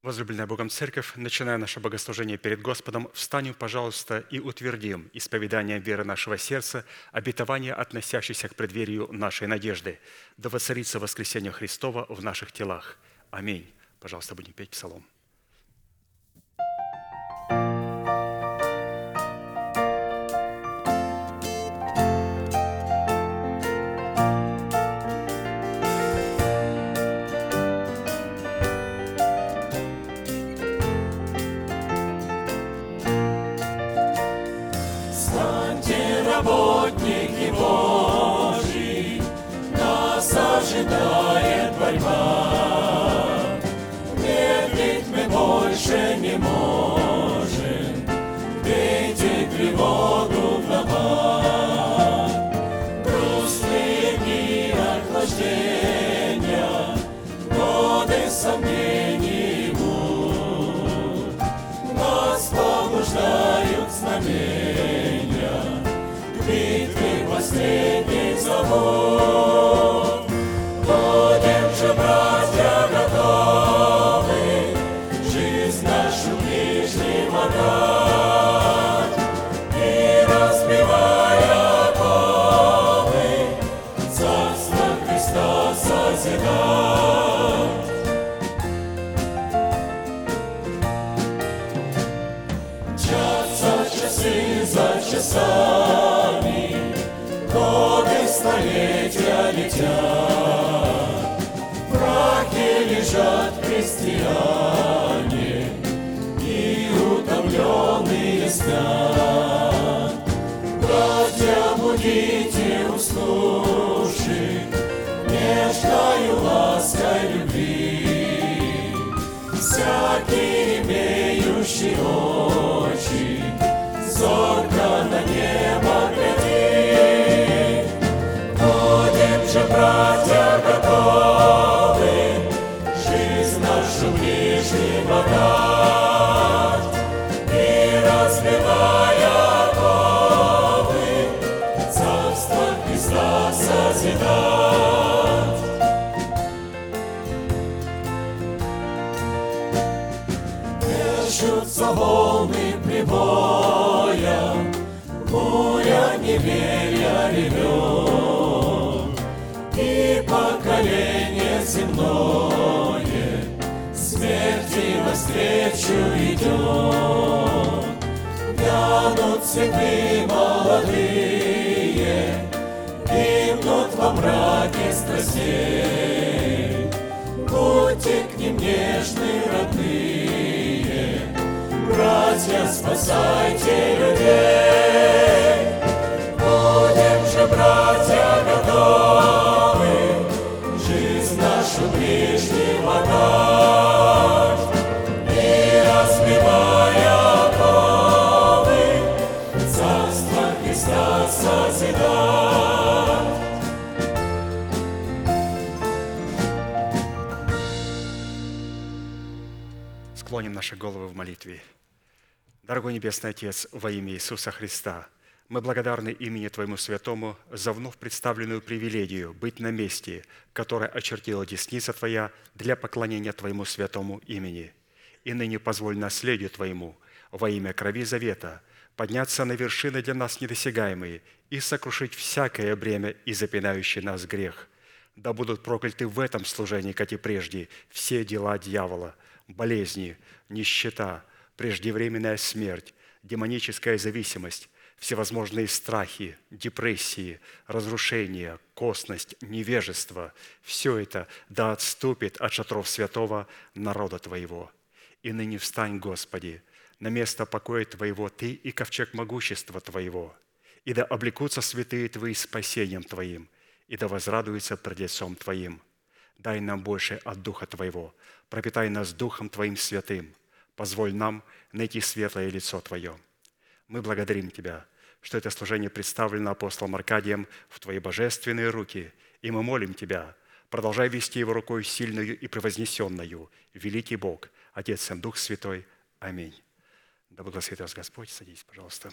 Возлюбленная Богом Церковь, начиная наше богослужение перед Господом, встанем, пожалуйста, и утвердим исповеданием веры нашего сердца обетование, относящееся к преддверию нашей надежды. Да воцарится воскресение Христова в наших телах. Аминь. Пожалуйста, будем петь псалом. Работники Божьи, нас ожидает борьба. Медлить мы больше не можем, бейте тревогу в набат. Грустные дни охлаждения, годы сомнений мук, нас побуждают знамения. Битвы последний зовут. Будем же, братья, готовы жизнь нашу ближним отдать, и разбивая оковы, Царство Христа созидать. Мчатся часы за часами, годы столетия летят, в прахе лежат христиане, и утомленные спят. Братья, будите уснувших нежною лаской любви. Всякий, имеющий очи, зорко на небо гляди. Будем же, братья, готовы жизнь нашу ближним отдать, и разбивая оковы, Царство Христа созидать. Мечутся волны прибоя, буря неверия ревет, и поколение земное смерти навстречу идет. Вянут цветы молодые, гибнут во мраке страстей. Будьте к ним нежны, родные, братья, спасайте людей. Будем же, братья, готовы жизнь нашу ближним отдать, и разбивая оковы, Царство Христа созидать. Склоним наши головы в молитве. Дорогой Небесный Отец, во имя Иисуса Христа, мы благодарны имени Твоему Святому за вновь представленную привилегию быть на месте, которое очертила десница Твоя для поклонения Твоему святому имени. И ныне позволь наследию Твоему во имя крови завета подняться на вершины для нас недосягаемые и сокрушить всякое бремя и запинающий нас грех. Да будут прокляты в этом служении, как и прежде, все дела дьявола, болезни, нищета, преждевременная смерть, демоническая зависимость, всевозможные страхи, депрессии, разрушения, косность, невежество – все это да отступит от шатров святого народа Твоего. И ныне встань, Господи, на место покоя Твоего Ты и ковчег могущества Твоего, и да облекутся святые Твои спасением Твоим, и да возрадуются пред лицом Твоим. Дай нам больше от Духа Твоего, пропитай нас Духом Твоим святым, позволь нам найти светлое лицо Твое. Мы благодарим Тебя, что это служение представлено апостолом Аркадием в Твои божественные руки, и мы молим Тебя, продолжай вести его рукой сильную и превознесенную, великий Бог, Отец и Дух Святой. Аминь. Да благословит вас Господь. Садитесь, пожалуйста.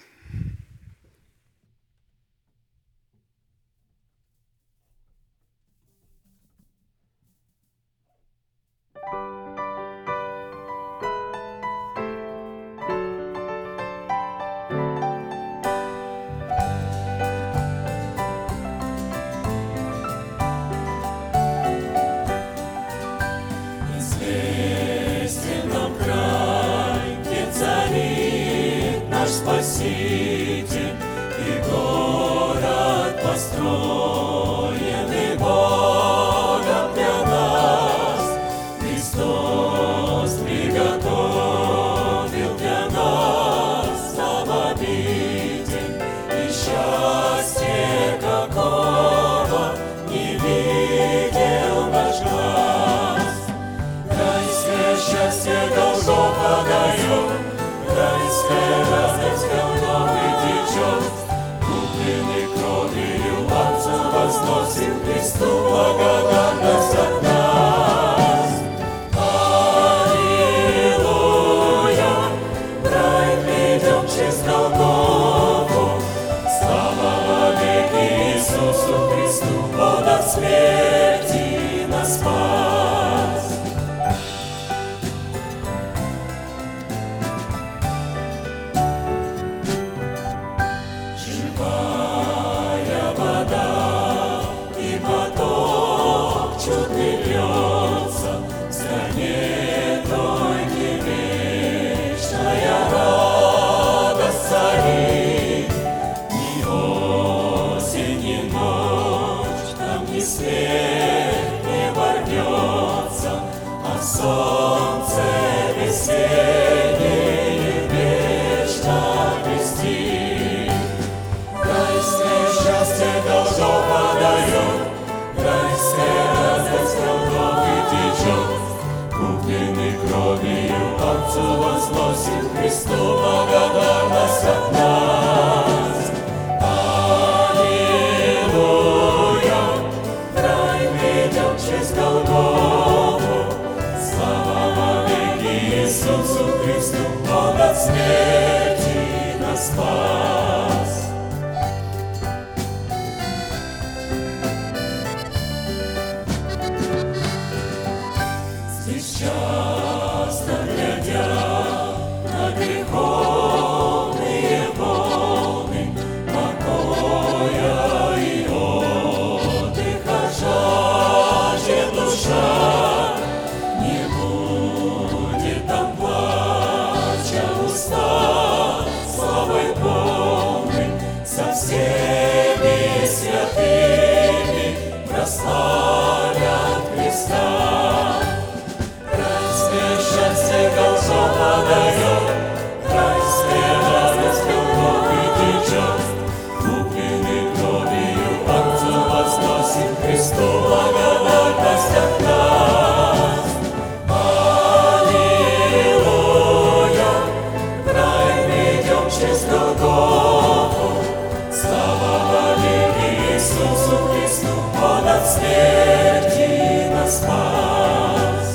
Спаситель и город построенный Богом для нас. Христос приготовил для нас нам обитель, и счастье какого не видел наш глаз. Райское счастье Голгофа дает, райская радость Голгофы течет, купленный кровью Отца возносим Христу благодарность от нас. Аллилуйя, в рай придем через Голгофу, слава во веки Иисусу Христу, Он от смерти нас спас. Живая вода и поток чудный льется в стране той, где вечная радость царит. Ни осень, ни ночь, там ни свет не ворвется, а солнце весеннее вечно блестит. Райское счастье Голгофа дает, райская радость Голгофы течет, купленный кровью Отцу возносим Христу благодарность от нас. Аллилуйя, в рай придем через Голгофу, слава во веки Иисусу Христу, Он от смерти нас спас. Здесь часто глядя на греховные волны, покоя и отдыха жаждет душа, не будет там плача уста, славой полной со всеми святыми прославят Христа. Райское счастье Голгофа дает, райская радость Голгофы течет, купленный кровью Отцу возносим Христу благодарность от нас. Аллилуйя, в рай придем через Голгофу, слава во веки Иисусу Христу, Он от смерти нас спас.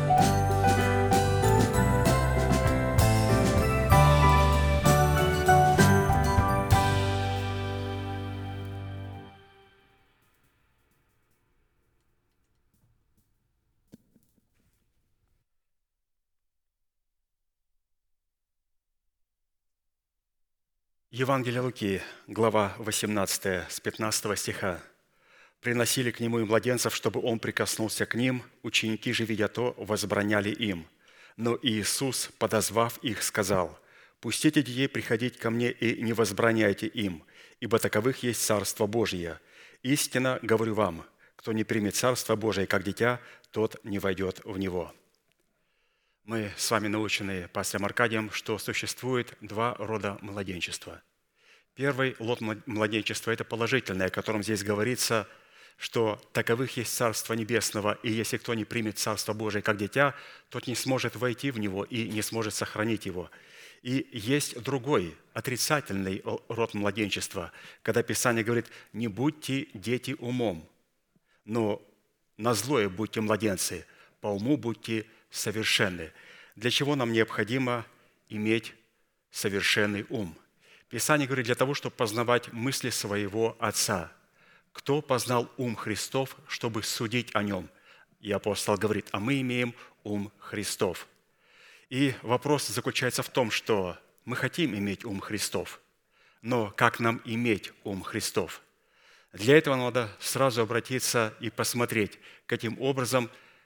Евангелие Луки, глава 18, с 15 стиха. «Приносили к Нему и младенцев, чтобы Он прикоснулся к ним. Ученики же, видя то, возбраняли им. Но Иисус, подозвав их, сказал: пустите детей приходить ко Мне и не возбраняйте им, ибо таковых есть Царство Божие. Истинно говорю вам, кто не примет Царство Божие как дитя, тот не войдет в него». Мы с вами научены пастором Аркадием, что существует два рода младенчества. Первый род младенчества – это положительное, о котором здесь говорится, что таковых есть Царство Небесного, и если кто не примет Царство Божие как дитя, тот не сможет войти в него и не сможет сохранить его. И есть другой, отрицательный род младенчества, когда Писание говорит: «Не будьте дети умом, но на злое будьте младенцы, по уму будьте совершенны». Для чего нам необходимо иметь совершенный ум? Писание говорит: для того, чтобы познавать мысли своего Отца. Кто познал ум Христов, чтобы судить о нем? И апостол говорит: а мы имеем ум Христов. И вопрос заключается в том, что мы хотим иметь ум Христов, но как нам иметь ум Христов? Для этого надо сразу обратиться и посмотреть, каким образом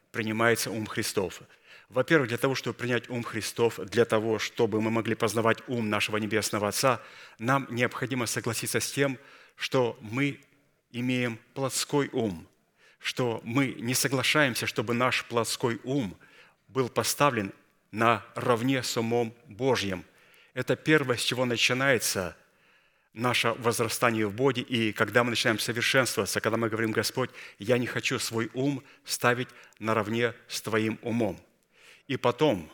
принимается ум Христов? Во-первых, для того, чтобы принять ум Христов, для того, чтобы мы могли познавать ум нашего Небесного Отца, нам необходимо согласиться с тем, что мы имеем плотской ум, что мы не соглашаемся, чтобы наш плотской ум был поставлен наравне с умом Божьим. Это первое, с чего начинается наше возрастание в Боге, и когда мы начинаем совершенствоваться, когда мы говорим: «Господь, я не хочу свой ум ставить наравне с Твоим умом». И потом,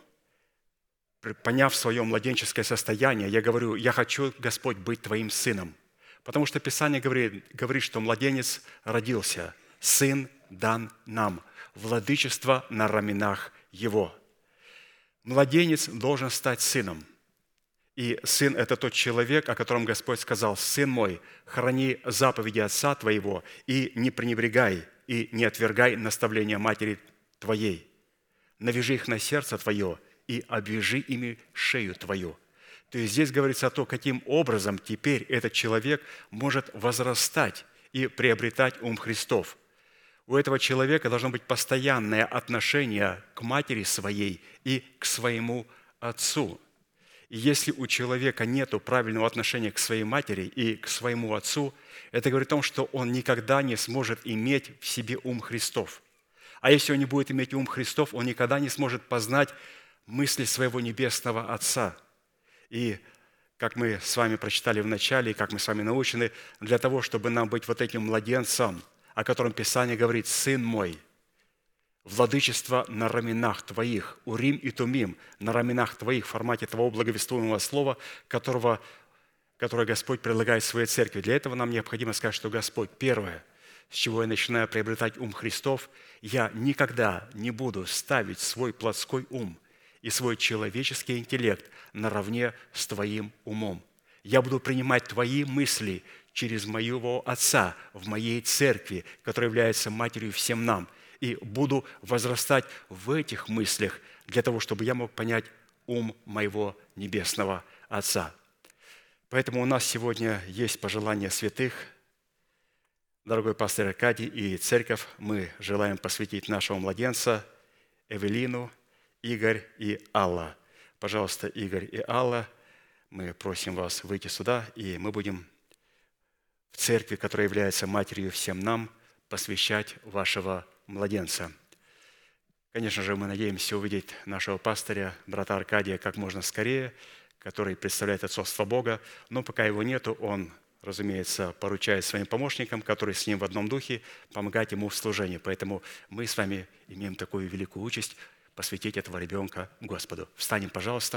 поняв свое младенческое состояние, я говорю: «Я хочу, Господь, быть Твоим сыном». Потому что Писание говорит, что младенец родился, сын дан нам, владычество на раменах его. Младенец должен стать сыном. И сын – это тот человек, о котором Господь сказал: «Сын мой, храни заповеди отца твоего и не пренебрегай, и не отвергай наставления матери твоей. Навяжи их на сердце твое и обвяжи ими шею твою». То есть здесь говорится о том, каким образом теперь этот человек может возрастать и приобретать ум Христов. У этого человека должно быть постоянное отношение к матери своей и к своему отцу. И если у человека нет правильного отношения к своей матери и к своему отцу, это говорит о том, что он никогда не сможет иметь в себе ум Христов. А если он не будет иметь ум Христов, он никогда не сможет познать мысли своего Небесного Отца. И как мы с вами прочитали в начале, и как мы с вами научены, для того, чтобы нам быть вот этим младенцем, о котором Писание говорит: «Сын мой, владычество на раменах твоих, урим и тумим, на раменах твоих», в формате того благовествуемого слова, которое Господь предлагает своей церкви. Для этого нам необходимо сказать, что Господь, первое, с чего я начинаю приобретать ум Христов, я никогда не буду ставить свой плотской ум и свой человеческий интеллект наравне с Твоим умом. Я буду принимать Твои мысли через моего Отца в моей церкви, которая является матерью всем нам, и буду возрастать в этих мыслях для того, чтобы я мог понять ум моего Небесного Отца. Поэтому у нас сегодня есть пожелания святых. Дорогой пастор Аркадий и церковь, мы желаем посвятить нашего младенца Эвелину, Игорь и Алла. Пожалуйста, Игорь и Алла, мы просим вас выйти сюда, и мы будем в церкви, которая является матерью всем нам, посвящать вашего младенца. Конечно же, мы надеемся увидеть нашего пастыря, брата Аркадия, как можно скорее, который представляет отцовство Бога, но пока его нету, он, разумеется, поручает своим помощникам, которые с ним в одном духе, помогать ему в служении. Поэтому мы с вами имеем такую великую участь посвятить этого ребенка Господу. Встанем, пожалуйста.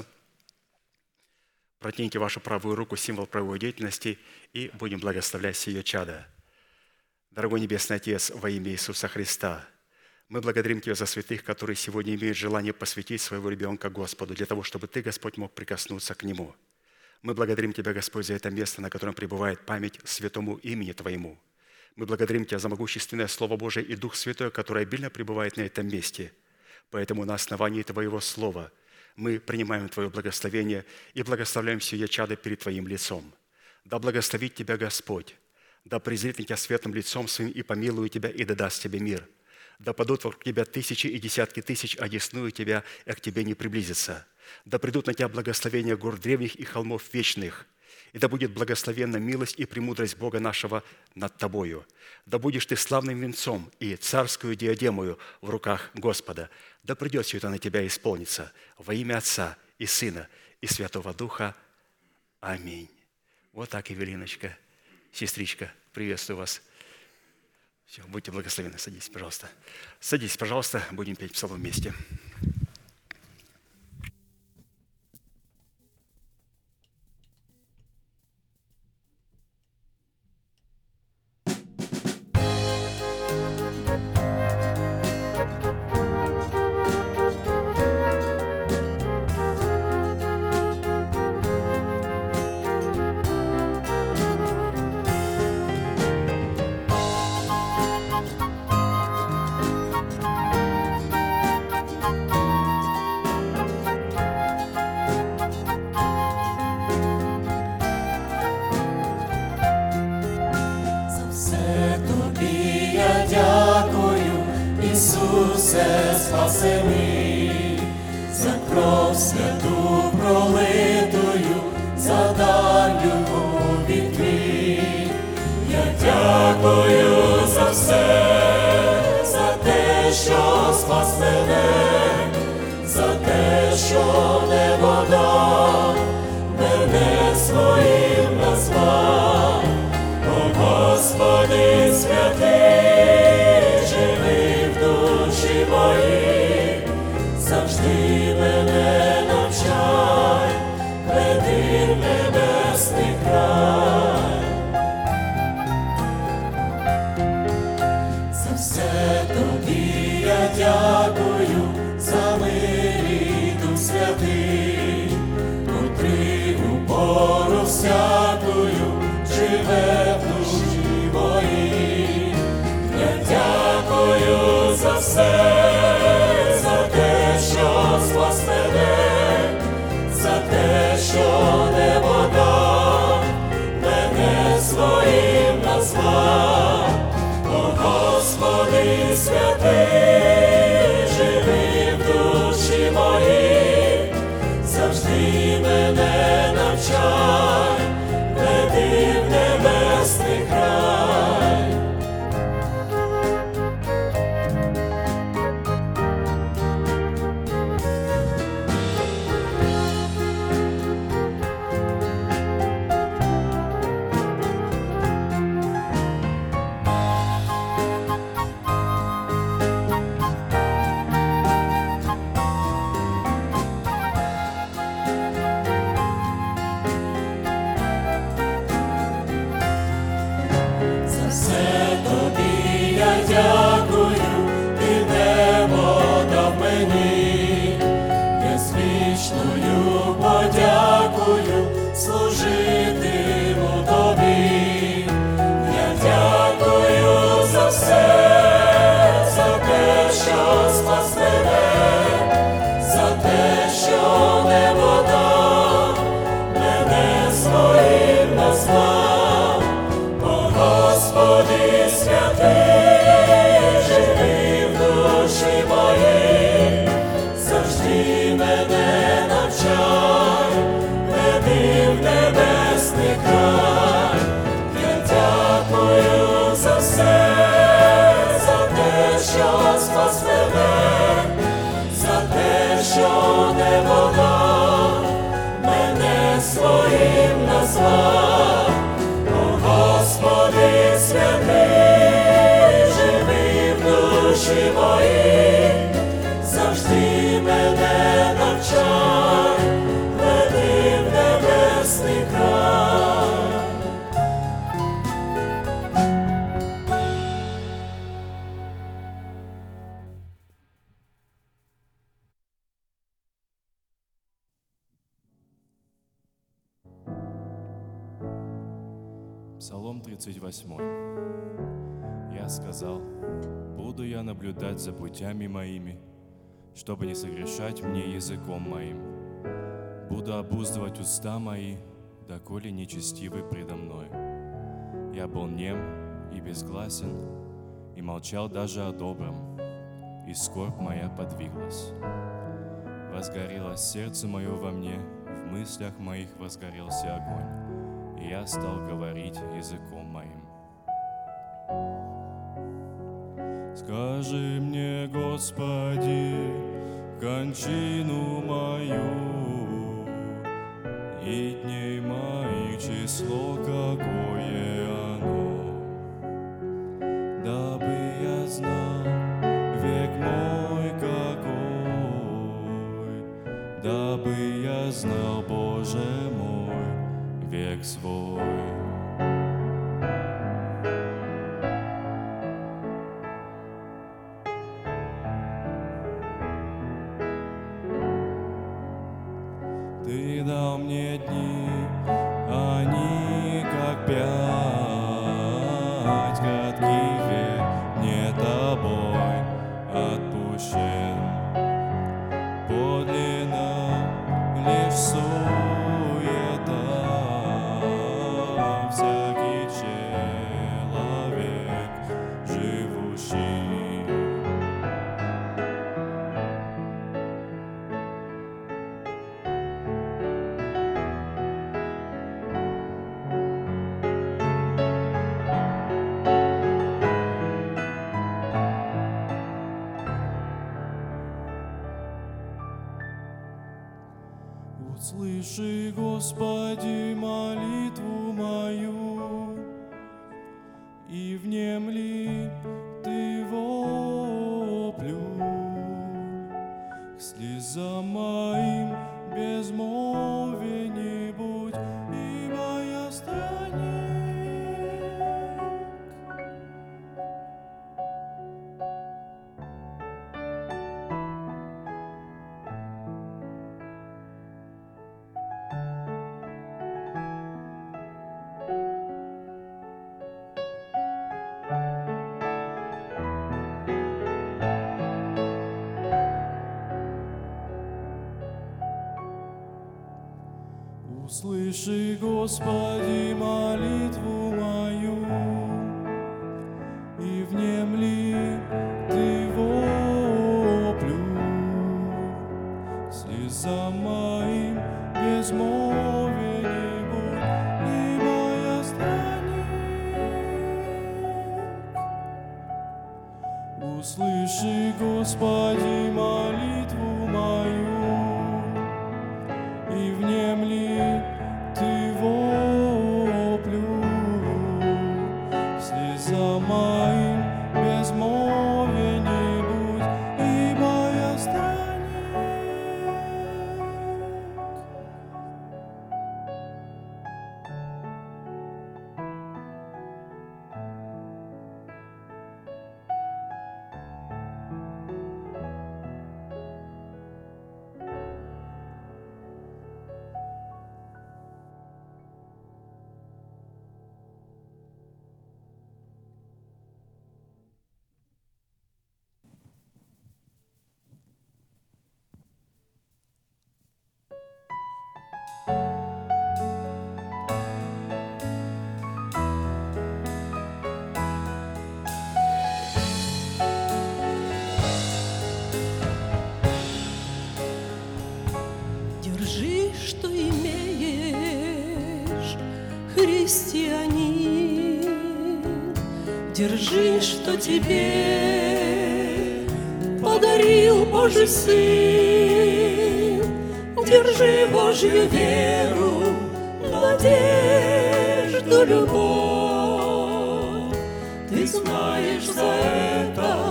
Протяните вашу правую руку, символ правовой деятельности, и будем благословлять сие чадо. Дорогой Небесный Отец, во имя Иисуса Христа, мы благодарим Тебя за святых, которые сегодня имеют желание посвятить своего ребенка Господу, для того, чтобы Ты, Господь, мог прикоснуться к нему. Мы благодарим Тебя, Господь, за это место, на котором пребывает память святому имени Твоему. Мы благодарим Тебя за могущественное Слово Божие и Дух Святой, который обильно пребывает на этом месте. Поэтому на основании Твоего Слова мы принимаем Твое благословение и благословляем сие чадо перед Твоим лицом. Да благословит Тебя Господь, да презрит на Тебя светлым лицом Своим и помилует Тебя, и да даст Тебе мир. Да падут вокруг Тебя тысячи и десятки тысяч, а десную Тебя, и к Тебе не приблизится. Да придут на Тебя благословения гор древних и холмов вечных, и да будет благословенна милость и премудрость Бога нашего над Тобою. Да будешь Ты славным венцом и царскую диадемою в руках Господа. Да придет все это на Тебя и исполнится. Во имя Отца и Сына и Святого Духа. Аминь. Вот так, Евелиночка, сестричка, приветствую вас. Все, будьте благословенны. Садитесь, пожалуйста. Садитесь, пожалуйста, будем петь псалом вместе. спасений, за кров святу пролитою, за дар любові твій. Я дякую за все, за те, що спас мене, за те, що небо дав, мене своїм назвав. О Господи святий, живи в душі моїй, завжди мене навчай, веди в небесний край. За все тобі я дякую, за мир і Дух Святий, котрий у пору всякою живе в душі моїй. Я дякую за все, за те, що спас мене, за те, що небо дав, мене своїм назвав. О Господи святий, живи в душі моїй, завжди мене навчай, веди в небесний край. За все тобі я дякую, ти небо дав мені, я з вічною подякою служитиму тобі. Я дякую за все, за те, що спас мене, за те, що небо дав, мене своїм назвав. О Господи святий, живи в душі моїй, завжди мене навчай, веди в небесний край. Я дякую за все, за те, що спас мене, за те, що небо дав, мене своїм назвав. О Господи святий, живи в душі моїй, завжди мене навчай, веди в небесний край. Псалом 38. Я сказал: буду я наблюдать за путями моими, чтобы не согрешать мне языком моим. Буду обуздывать уста мои, доколе нечестивый предо мною. Я был нем и безгласен, и молчал даже о добром, и скорбь моя подвиглась. Возгорелось сердце мое во мне, в мыслях моих возгорелся огонь, и я стал говорить языком моим. Скажи мне, Господи, кончину мою, и дней моих число какое оно, дабы я знал век мой какой, дабы я знал, Боже мой, век свой. Ты дал мне дни, они как пять, краткий век не тобой отпущен. Подлинно лишь суета, всякий человек живущий. Услыши, Господи, молитву мою, и внемли Ты воплю к слезам моим, безмолвие не будь, ибо я странник. Услыши, Господи, молитву мою, и внемли Ты воплю слезам моим, безмолвие не будь, ибо я странник. Услыши, Господи, молитву мою, и внемли Ты воплю слезам моим, безмолвие не будь, ибо я странник. Держи, что имеешь, христианин, держи, что тебе подарил Божий Сын, держи Божью веру, надежду, любовь. Ты знаешь, за это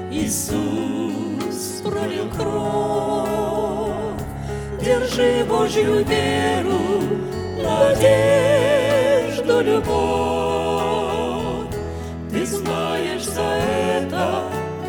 Иисус пролил кровь. Держи Божью веру, надежду, любовь. Ты знаешь, за это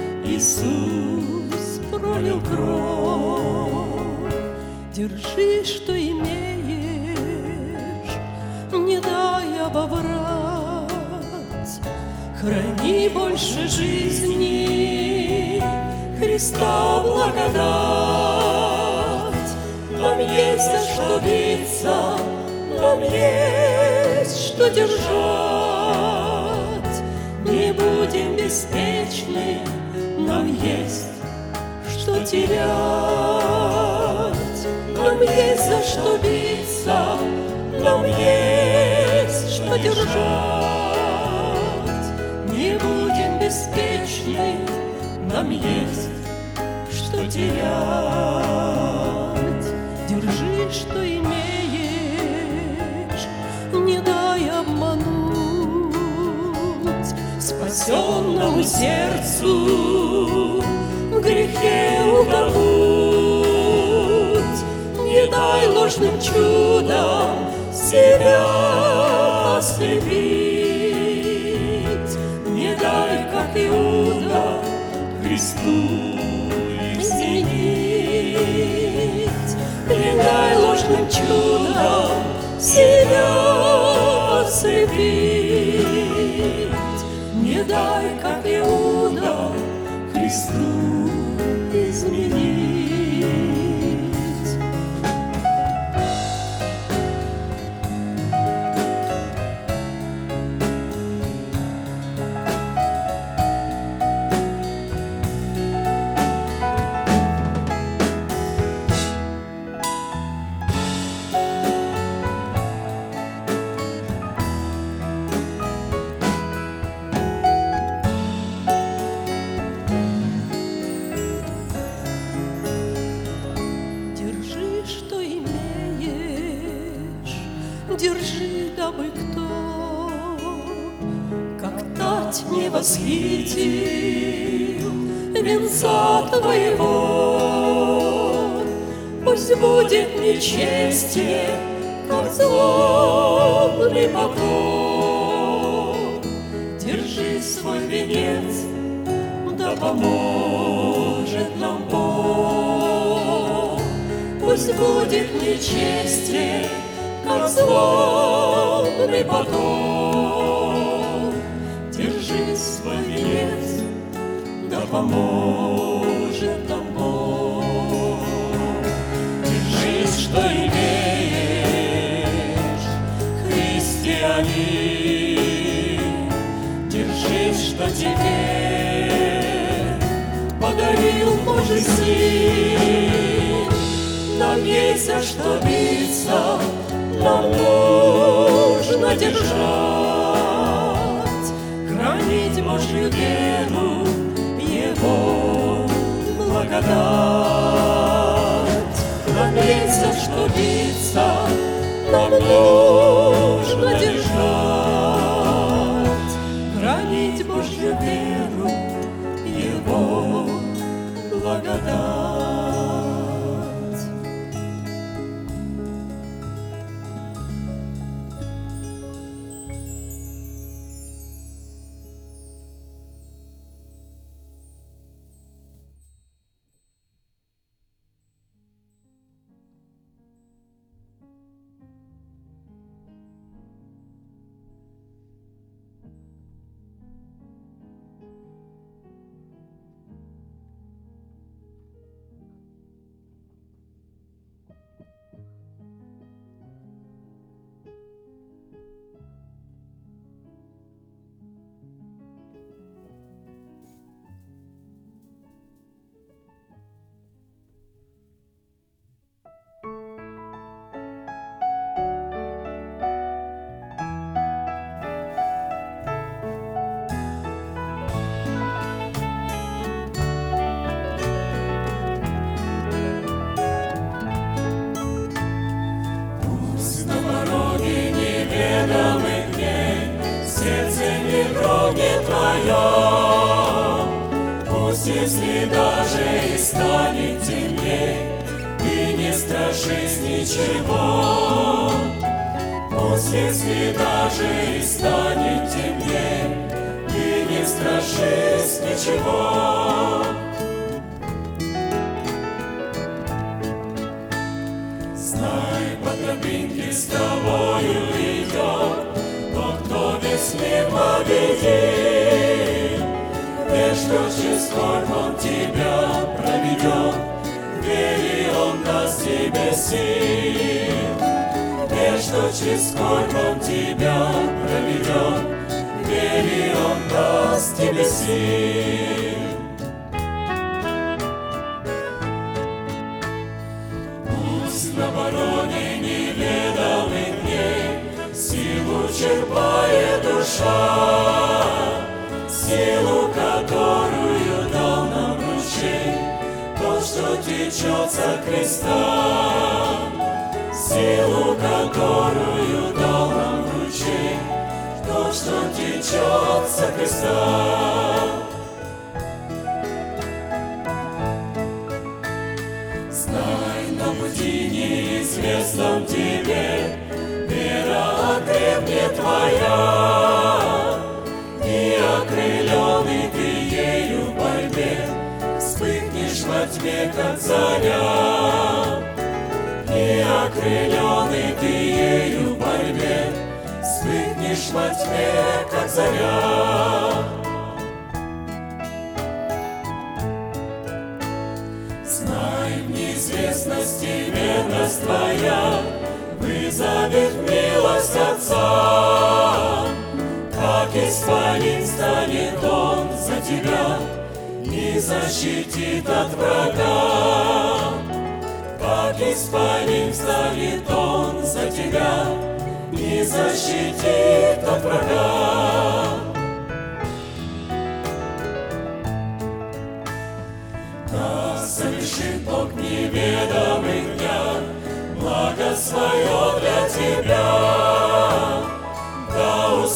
Иисус пролил кровь. Держи, что имеешь, не дай обоврать. Храни больше жизни, Христа благодать. Нам есть за что биться, нам есть что держать. Не будем беспечны, нам есть что терять. Нам есть за что биться, нам есть что держать. Не будем беспечны, нам есть что терять. Держи, что имеешь, не дай обмануть спасенному сердцу в грехе утонуть. Не дай ложным чудам себя ослепить. Не дай, как Иуда, Христу изменить. Не дай ложным чудам себя ослепить. Не дай, как Иуда, Христу изменить. удержи, дабы кто, как тать не восхитил венца Твоего. Пусть будет нечестие, как злобный поток. Держи свой венец, да поможет нам Бог. Пусть будет нечестие, как злобный поток. Держи свой венец, да поможет нам Бог. Держись, что имеешь, христианин. Держись, что тебе подарил Божий Сын. Нам есть за что биться, нам нужно держать, хранить Божью веру, Его благодать. Нам есть за что биться, нам нужно держать, хранить Божью веру, Его благодать. Если даже и станет темней, ты не страшись ничего. Пусть если даже и станет темней, ты не страшись ничего. Знай, по тропинке с тобою идет тот, кто весь мир победил. Верь, что через скорбь Он тебя проведет, верь, Он даст тебе сил. Верь, что через скорбь Он тебя проведет, верь, Он даст тебе сил. Пусть на обороне неведомых дней силу черпает душа, силу, которую дал нам ручей, то, что течет со креста. Силу, которую дал нам ручей, то, что течет со креста. Знай, на пути неизвестном тебе вера окрепнет твоя, и окрыленный ты ею в борьбе вспыхнешь во тьме, как заря. И окрыленный ты ею в борьбе вспыхнешь во тьме, как заря. Знай, в неизвестности верность твоя вызовет милость Отца. Как исполин станет Он за тебя и защитит от врага. Как исполин станет Он за тебя и защитит от врага. Да совершит Бог неведомых днях благо свое для тебя.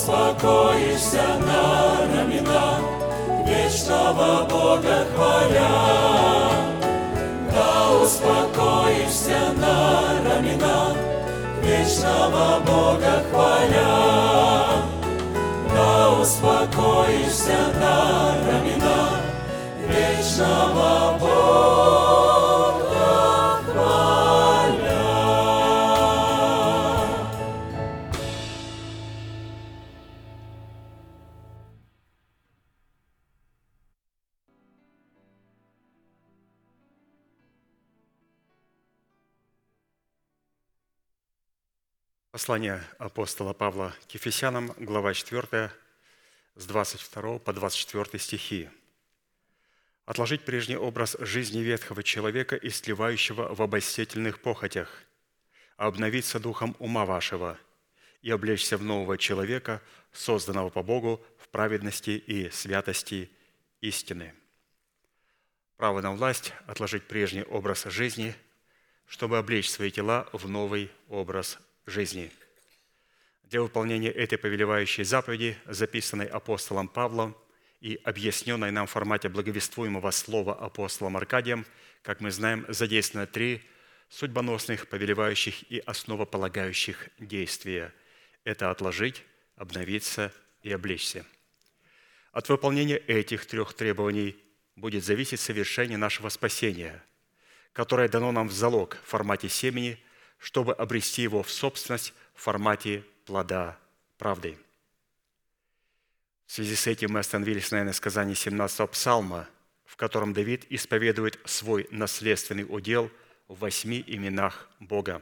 успокоишься на раменах вечного Бога хваля. Да успокоишься на раменах вечного Бога хваля. Да успокоишься на раменах вечного Бога хваля. Послание апостола Павла к Ефесянам, глава 4, с 22 по 24 стихи. «Отложить прежний образ жизни ветхого человека, истлевающего в обольстительных похотях, а обновиться духом ума вашего и облечься в нового человека, созданного по Богу в праведности и святости истины». Право на власть – отложить прежний образ жизни, чтобы облечь свои тела в новый образ жизни. Для выполнения этой повелевающей заповеди, записанной апостолом Павлом и объясненной нам в формате благовествуемого слова апостолом Аркадием, как мы знаем, задействовано 3 судьбоносных, повелевающих и основополагающих действия. Это отложить, обновиться и облечься. От выполнения этих 3 требований будет зависеть совершение нашего спасения, которое дано нам в залог в формате семени, чтобы обрести его в собственность в формате плода правды. В связи с этим мы остановились на иносказании 17-го псалма, в котором Давид исповедует свой наследственный удел в 8 именах Бога.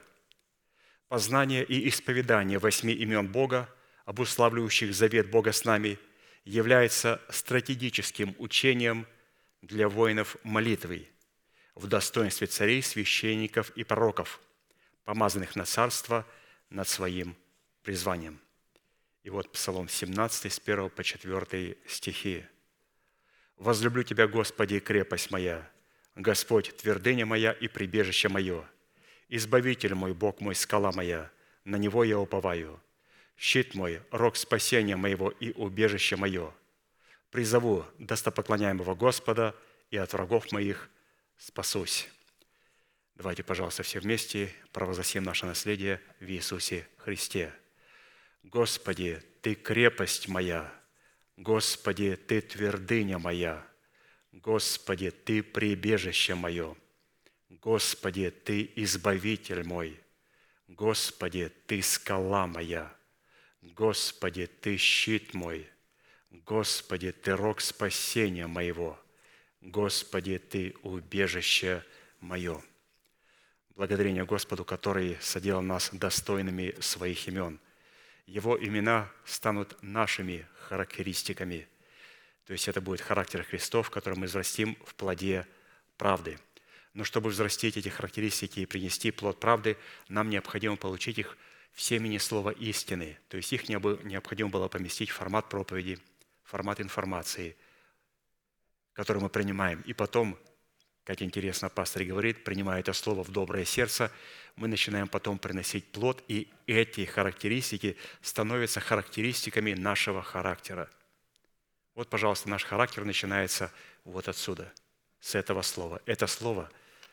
Познание и исповедание 8 имен Бога, обуславливающих завет Бога с нами, является стратегическим учением для воинов молитвы в достоинстве царей, священников и пророков, помазанных на царство над своим призванием. И вот Псалом 17, с 1 по 4 стихи. «Возлюблю Тебя, Господи, крепость моя, Господь, твердыня моя и прибежище мое, Избавитель мой, Бог мой, скала моя, на Него я уповаю, щит мой, рог спасения моего и убежище мое. Призову достопоклоняемого Господа, и от врагов моих спасусь». Давайте, пожалуйста, все вместе провозгласим наше наследие в Иисусе Христе. «Господи, Ты крепость моя, Господи, Ты твердыня моя, Господи, Ты прибежище мое, Господи, Ты избавитель мой, Господи, Ты скала моя, Господи, Ты щит мой, Господи, Ты рог спасения моего, Господи, Ты убежище мое». Благодарение Господу, который соделал нас достойными своих имен. Его имена станут нашими характеристиками. То есть это будет характер Христов, который мы взрастим в плоде правды. Но чтобы взрастить эти характеристики и принести плод правды, нам необходимо получить их в семени слова истины. То есть их необходимо было поместить в формат проповеди, в формат информации, который мы принимаем. И потом, как интересно пастор говорит, принимая это слово в доброе сердце, мы начинаем потом приносить плод, и эти характеристики становятся характеристиками нашего характера. Вот, пожалуйста, наш характер начинается вот отсюда, с этого слова. Это слово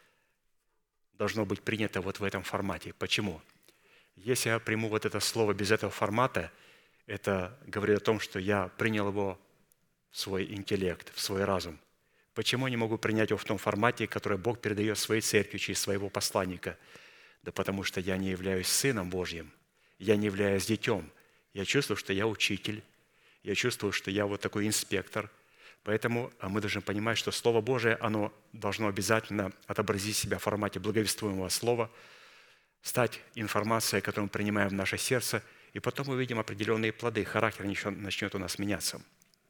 должно быть принято вот в этом формате. Почему? Если я приму вот это слово без этого формата, это говорит о том, что я принял его в свой интеллект, в свой разум. Почему я не могу принять его в том формате, который Бог передает своей церкви через своего посланника? Да потому что я не являюсь Сыном Божьим, я не являюсь детем. Я чувствую, что я учитель, я чувствую, что я вот такой инспектор. Поэтому мы должны понимать, что Слово Божие, оно должно обязательно отобразить себя в формате благовествуемого слова, стать информацией, которую мы принимаем в наше сердце, и потом мы увидим определенные плоды, характер начнет у нас меняться.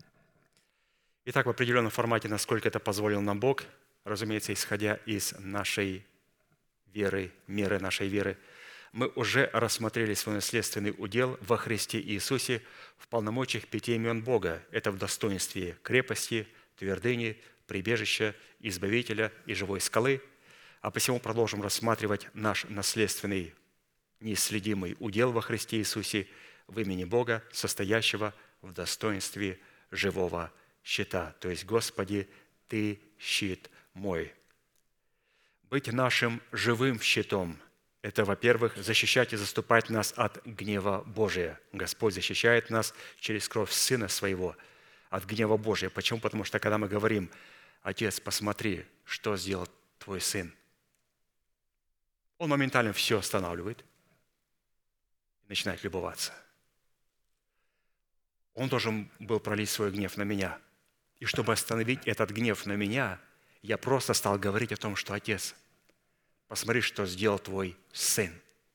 Итак, в определенном формате, насколько это позволил нам Бог, разумеется, исходя из нашей веры, меры нашей веры, мы уже рассмотрели свой наследственный удел во Христе Иисусе в полномочиях 5 имен Бога. Это в достоинстве крепости, твердыни, прибежища, избавителя и живой скалы. А посему продолжим рассматривать наш наследственный неисследимый удел во Христе Иисусе в имени Бога, состоящего в достоинстве живого щита». То есть, Господи, Ты щит мой. Быть нашим живым щитом – это, во-первых, защищать и заступать нас от гнева Божия. Господь защищает нас через кровь Сына Своего от гнева Божия. Почему? Потому что, когда мы говорим: «Отец, посмотри, что сделал Твой Сын», Он моментально все останавливает и начинает любоваться. Он должен был пролить свой гнев на меня. И чтобы остановить этот гнев на меня, я просто стал говорить о том, что: «Отец, посмотри, что сделал Твой Сын».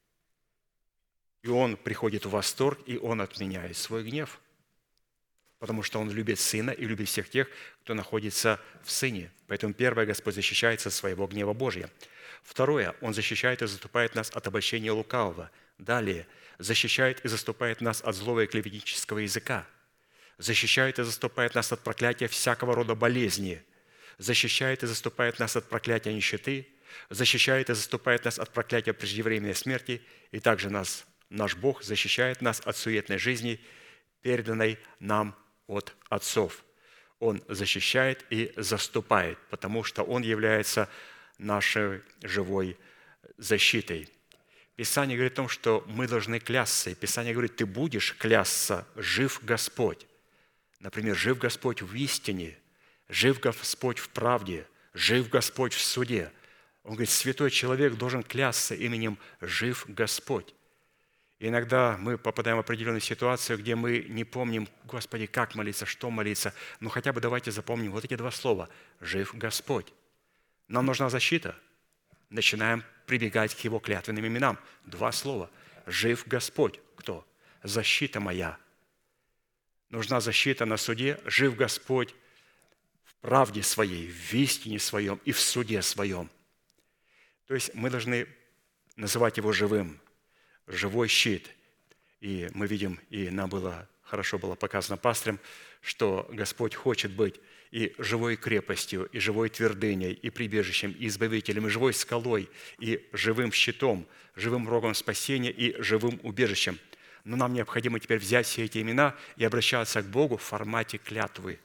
И Он приходит в восторг, и Он отменяет свой гнев, потому что Он любит Сына и любит всех тех, кто находится в Сыне. Поэтому первое, Господь защищается от своего гнева Божия. Второе, Он защищает и заступает нас от обольщения лукавого. Далее, защищает и заступает нас от злого и клеветнического языка. Защищает и заступает нас от проклятия всякого рода болезни. Защищает и заступает нас от проклятия нищеты. Защищает и заступает нас от проклятия преждевременной смерти. И также наш Бог защищает нас от суетной жизни, переданной нам от отцов. Он защищает и заступает, потому что Он является нашей живой защитой. Писание говорит о том, что мы должны клясться. И Писание говорит: «Ты будешь клясться, жив Господь». Например, жив Господь в истине, жив Господь в правде, жив Господь в суде. Он говорит: святой человек должен клясться именем «жив Господь». И иногда мы попадаем в определенную ситуацию, где мы не помним: «Господи, как молиться, что молиться?» Но хотя бы давайте запомним вот эти два слова: «жив Господь». Нам нужна защита. Начинаем прибегать к Его клятвенным именам. Два слова: «жив Господь». Кто? Защита моя. Нужна защита на суде. Жив Господь в правде Своей, в истине Своем и в суде Своем. То есть мы должны называть Его живым, живой щит. И мы видим, и нам хорошо было показано пастырем, что Господь хочет быть и живой крепостью, и живой твердыней, и прибежищем, и избавителем, и живой скалой, и живым щитом, живым рогом спасения и живым убежищем. Но нам необходимо теперь взять все эти имена и обращаться к Богу в формате клятвы.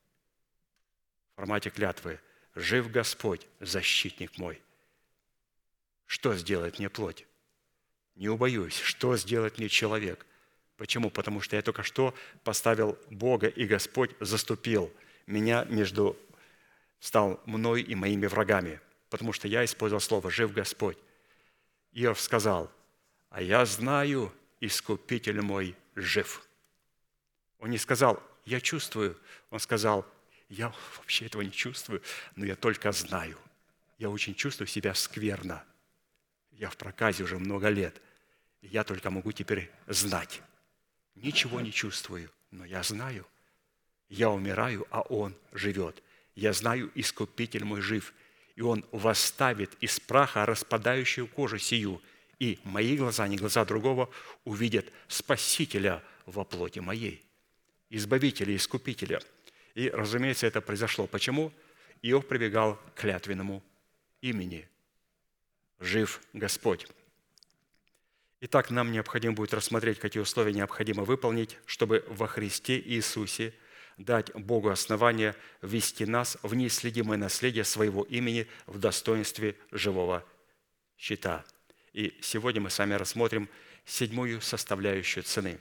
В формате клятвы. «Жив Господь, защитник мой». Что сделает мне плоть? Не убоюсь. Что сделает мне человек? Почему? Потому что я только что поставил Бога, и Господь заступил меня стал мной и моими врагами, потому что я использовал слово «жив Господь». Иов сказал: «А я знаю, Искупитель мой жив». Он не сказал: «Я чувствую». Он сказал: «Я вообще этого не чувствую, но я только знаю. Я очень чувствую себя скверно. Я в проказе уже много лет. И я только могу теперь знать. Ничего не чувствую, но я знаю. Я умираю, а Он живет. Я знаю, Искупитель мой жив, и Он восставит из праха распадающую кожу сию, и мои глаза, не глаза другого, увидят Спасителя во плоти моей, Избавителя, Искупителя». И, разумеется, это произошло. Почему? Иов прибегал к клятвенному имени. «Жив Господь». Итак, нам необходимо будет рассмотреть, какие условия необходимо выполнить, чтобы во Христе Иисусе дать Богу основание ввести нас в неисследимое наследие Своего имени в достоинстве живого щита. И сегодня мы с вами рассмотрим 7-ю составляющую цены.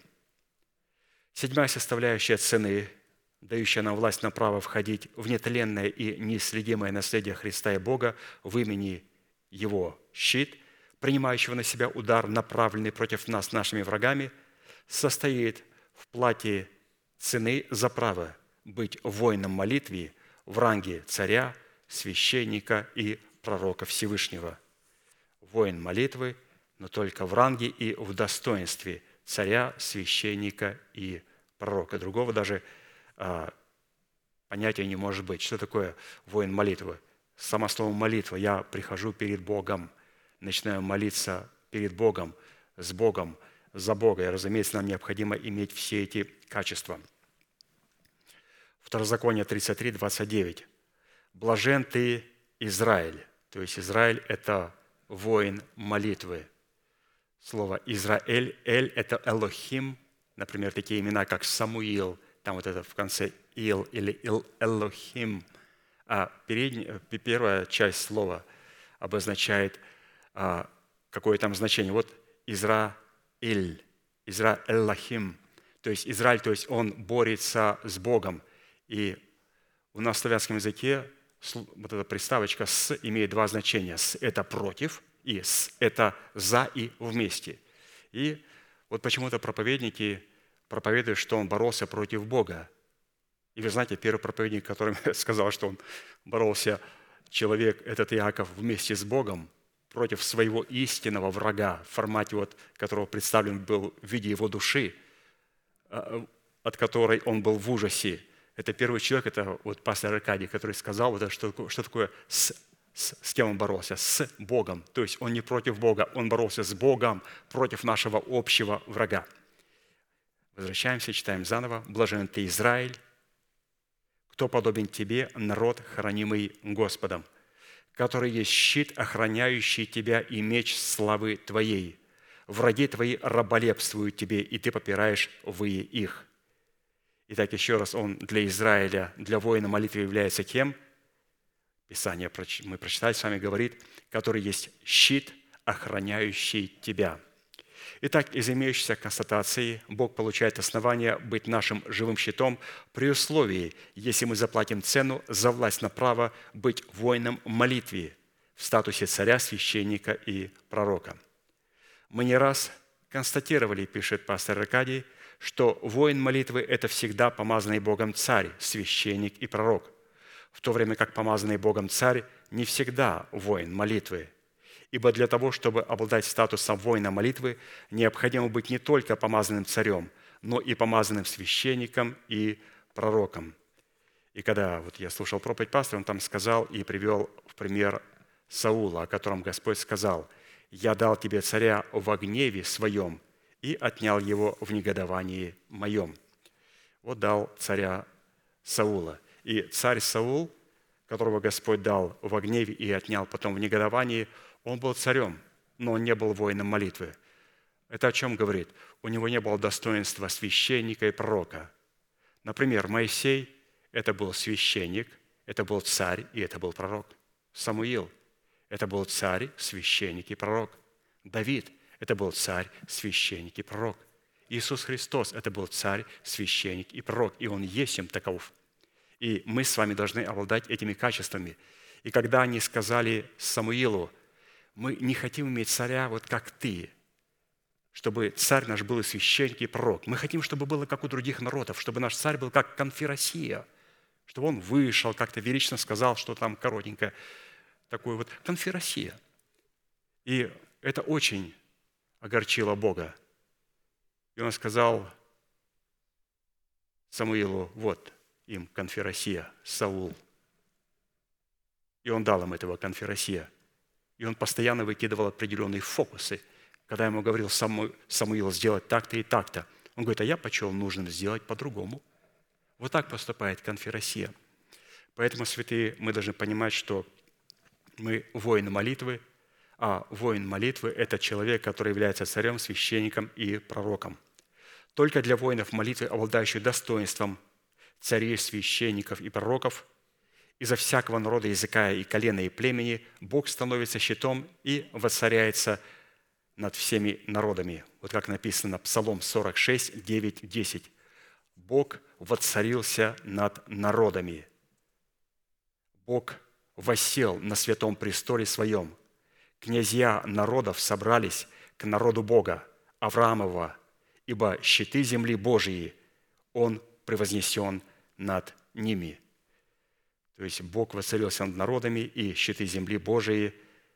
7-я составляющая цены, дающая нам власть на право входить в нетленное и неисследимое наследие Христа и Бога в имени Его щит, принимающего на себя удар, направленный против нас нашими врагами, состоит в плате цены за право быть воином молитвы в ранге царя, священника и пророка Всевышнего. Воин молитвы, но только в ранге и в достоинстве царя, священника и пророка. Другого даже понятия не может быть. Что такое воин молитвы? Само слово «молитва» – я прихожу перед Богом, начинаю молиться перед Богом, с Богом, за Бога. И, разумеется, нам необходимо иметь все эти качества. Второзаконие 33, 29. «Блажен ты, Израиль». То есть Израиль – это воин молитвы. Слово «Израиль», «эль» – это Элохим, Например, такие имена, как Самуил, там вот это в конце Ил или Элохим. А первая часть слова обозначает какое там значение. Вот Израиль, Израэллахим. То есть Израиль, то есть он борется с Богом. И у нас в славянском языке вот эта приставочка «с» имеет два значения. «С» – это «против», и «с» – это «за» и «вместе». И вот почему-то проповедники проповедуют, что он боролся против Бога. И вы знаете, первый проповедник, который сказал, что он боролся, человек, этот Иаков, вместе с Богом, против своего истинного врага, в формате, вот, которого представлен был в виде его души, от которой он был в ужасе. Это первый человек, это вот пастор Аркадий, который сказал, вот это, что такое с кем он боролся? С Богом. То есть он не против Бога, он боролся с Богом против нашего общего врага. Возвращаемся, читаем заново. «Блажен ты, Израиль, кто подобен тебе, народ, хранимый Господом, который есть щит, охраняющий тебя, и меч славы твоей. Враги твои раболепствуют тебе, и ты попираешь вые их». Итак, еще раз, он для Израиля, для воина молитвы является кем? Писание мы прочитали с вами, говорит, который есть щит, охраняющий тебя. Итак, из имеющейся констатации Бог получает основание быть нашим живым щитом при условии, если мы заплатим цену за власть на право быть воином молитвы в статусе царя, священника и пророка. Мы не раз констатировали, пишет пастор Аркадий, что воин молитвы – это всегда помазанный Богом царь, священник и пророк, в то время как помазанный Богом царь не всегда воин молитвы. Ибо для того, чтобы обладать статусом воина молитвы, необходимо быть не только помазанным царем, но и помазанным священником и пророком. И когда вот я слушал проповедь пастора, он там сказал и привел в пример Саула, о котором Господь сказал: «Я дал тебе царя во гневе своем и отнял его в негодовании моем». Вот дал царя Саула. И царь Саул, которого Господь дал во гневе и отнял потом в негодовании, он был царем, но он не был воином молитвы. Это о чем говорит? У него не было достоинства священника и пророка. Например, Моисей – это был священник, это был царь и это был пророк. Самуил – это был царь, священник и пророк. Давид – это был царь, священник и пророк. Иисус Христос – это был царь, священник и пророк, и Он есть им таков. И мы с вами должны обладать этими качествами. И когда они сказали Самуилу: «Мы не хотим иметь царя, вот как ты, чтобы царь наш был и священник, и пророк. Мы хотим, чтобы было как у других народов, чтобы наш царь был как конферасия, чтобы он вышел, как-то велично сказал, что там коротенькое, такое вот конферасия». И это очень огорчило Бога. И он сказал Самуилу: «Вот им конферасия, Саул». И он дал им этого конферасия. И он постоянно выкидывал определенные фокусы. Когда ему говорил Самуил сделать так-то и так-то, он говорит: а я почел нужным сделать по-другому. Вот так поступает конферасия. Поэтому, святые, мы должны понимать, что мы воины молитвы, а воин молитвы – это человек, который является царем, священником и пророком. Только для воинов молитвы, обладающих достоинством царей, священников и пророков, изо всякого народа, языка и колена и племени Бог становится щитом и воцаряется над всеми народами. Вот как написано, Псалом 46, 9, 10. «Бог воцарился над народами. Бог воссел на святом престоле своем. Князья народов собрались к народу Бога, Авраамова, ибо щиты земли Божией, Он превознесен над ними». То есть Бог воцарился над народами, и щиты земли Божией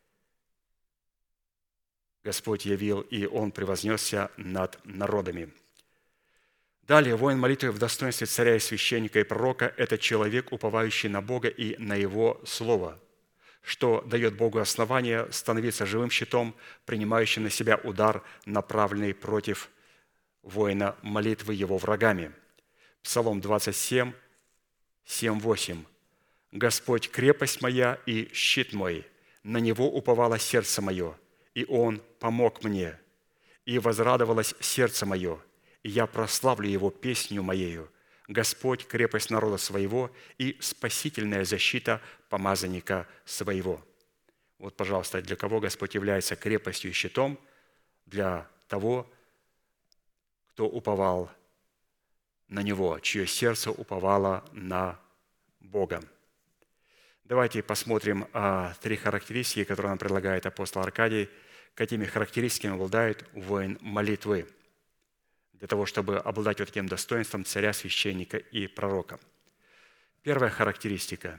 Господь явил, и Он превознесся над народами. Далее, воин молитвы в достоинстве царя и священника и пророка – это человек, уповающий на Бога и на Его Слово, что дает Богу основание становиться живым щитом, принимающим на себя удар, направленный против воина молитвы его врагами. Псалом 27, 7-8. «Господь – крепость моя и щит мой, на Него уповало сердце мое, и Он помог мне, и возрадовалось сердце мое, и я прославлю его песнью моею. Господь – крепость народа своего и спасительная защита помазанника своего». Вот, пожалуйста, для кого Господь является крепостью и щитом? Для того, кто уповал на Него, чье сердце уповало на Бога. Давайте посмотрим 3 характеристики, которые нам предлагает апостол Аркадий. Какими характеристиками обладает воин молитвы для того, чтобы обладать вот таким достоинством царя, священника и пророка. Первая характеристика.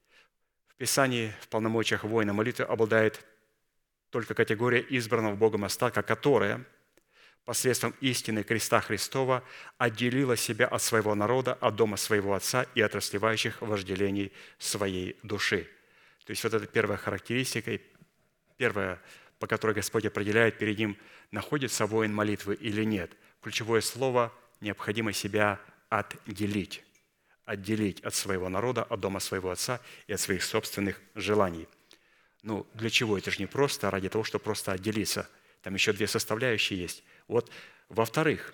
В Писании в полномочиях воина молитвы обладает только категория избранного Богом остатка, которая посредством истины креста Христова отделила себя от своего народа, от дома своего отца и от расслевающих вожделений своей души. То есть вот это первая характеристика, первая, по которой Господь определяет перед ним, находится воин молитвы или нет. Ключевое слово – необходимо себя отделить. Отделить от своего народа, от дома своего отца и от своих собственных желаний. Ну, для чего? Это же не просто ради того, чтобы просто отделиться. Там еще 2 составляющие есть. Вот, во-вторых,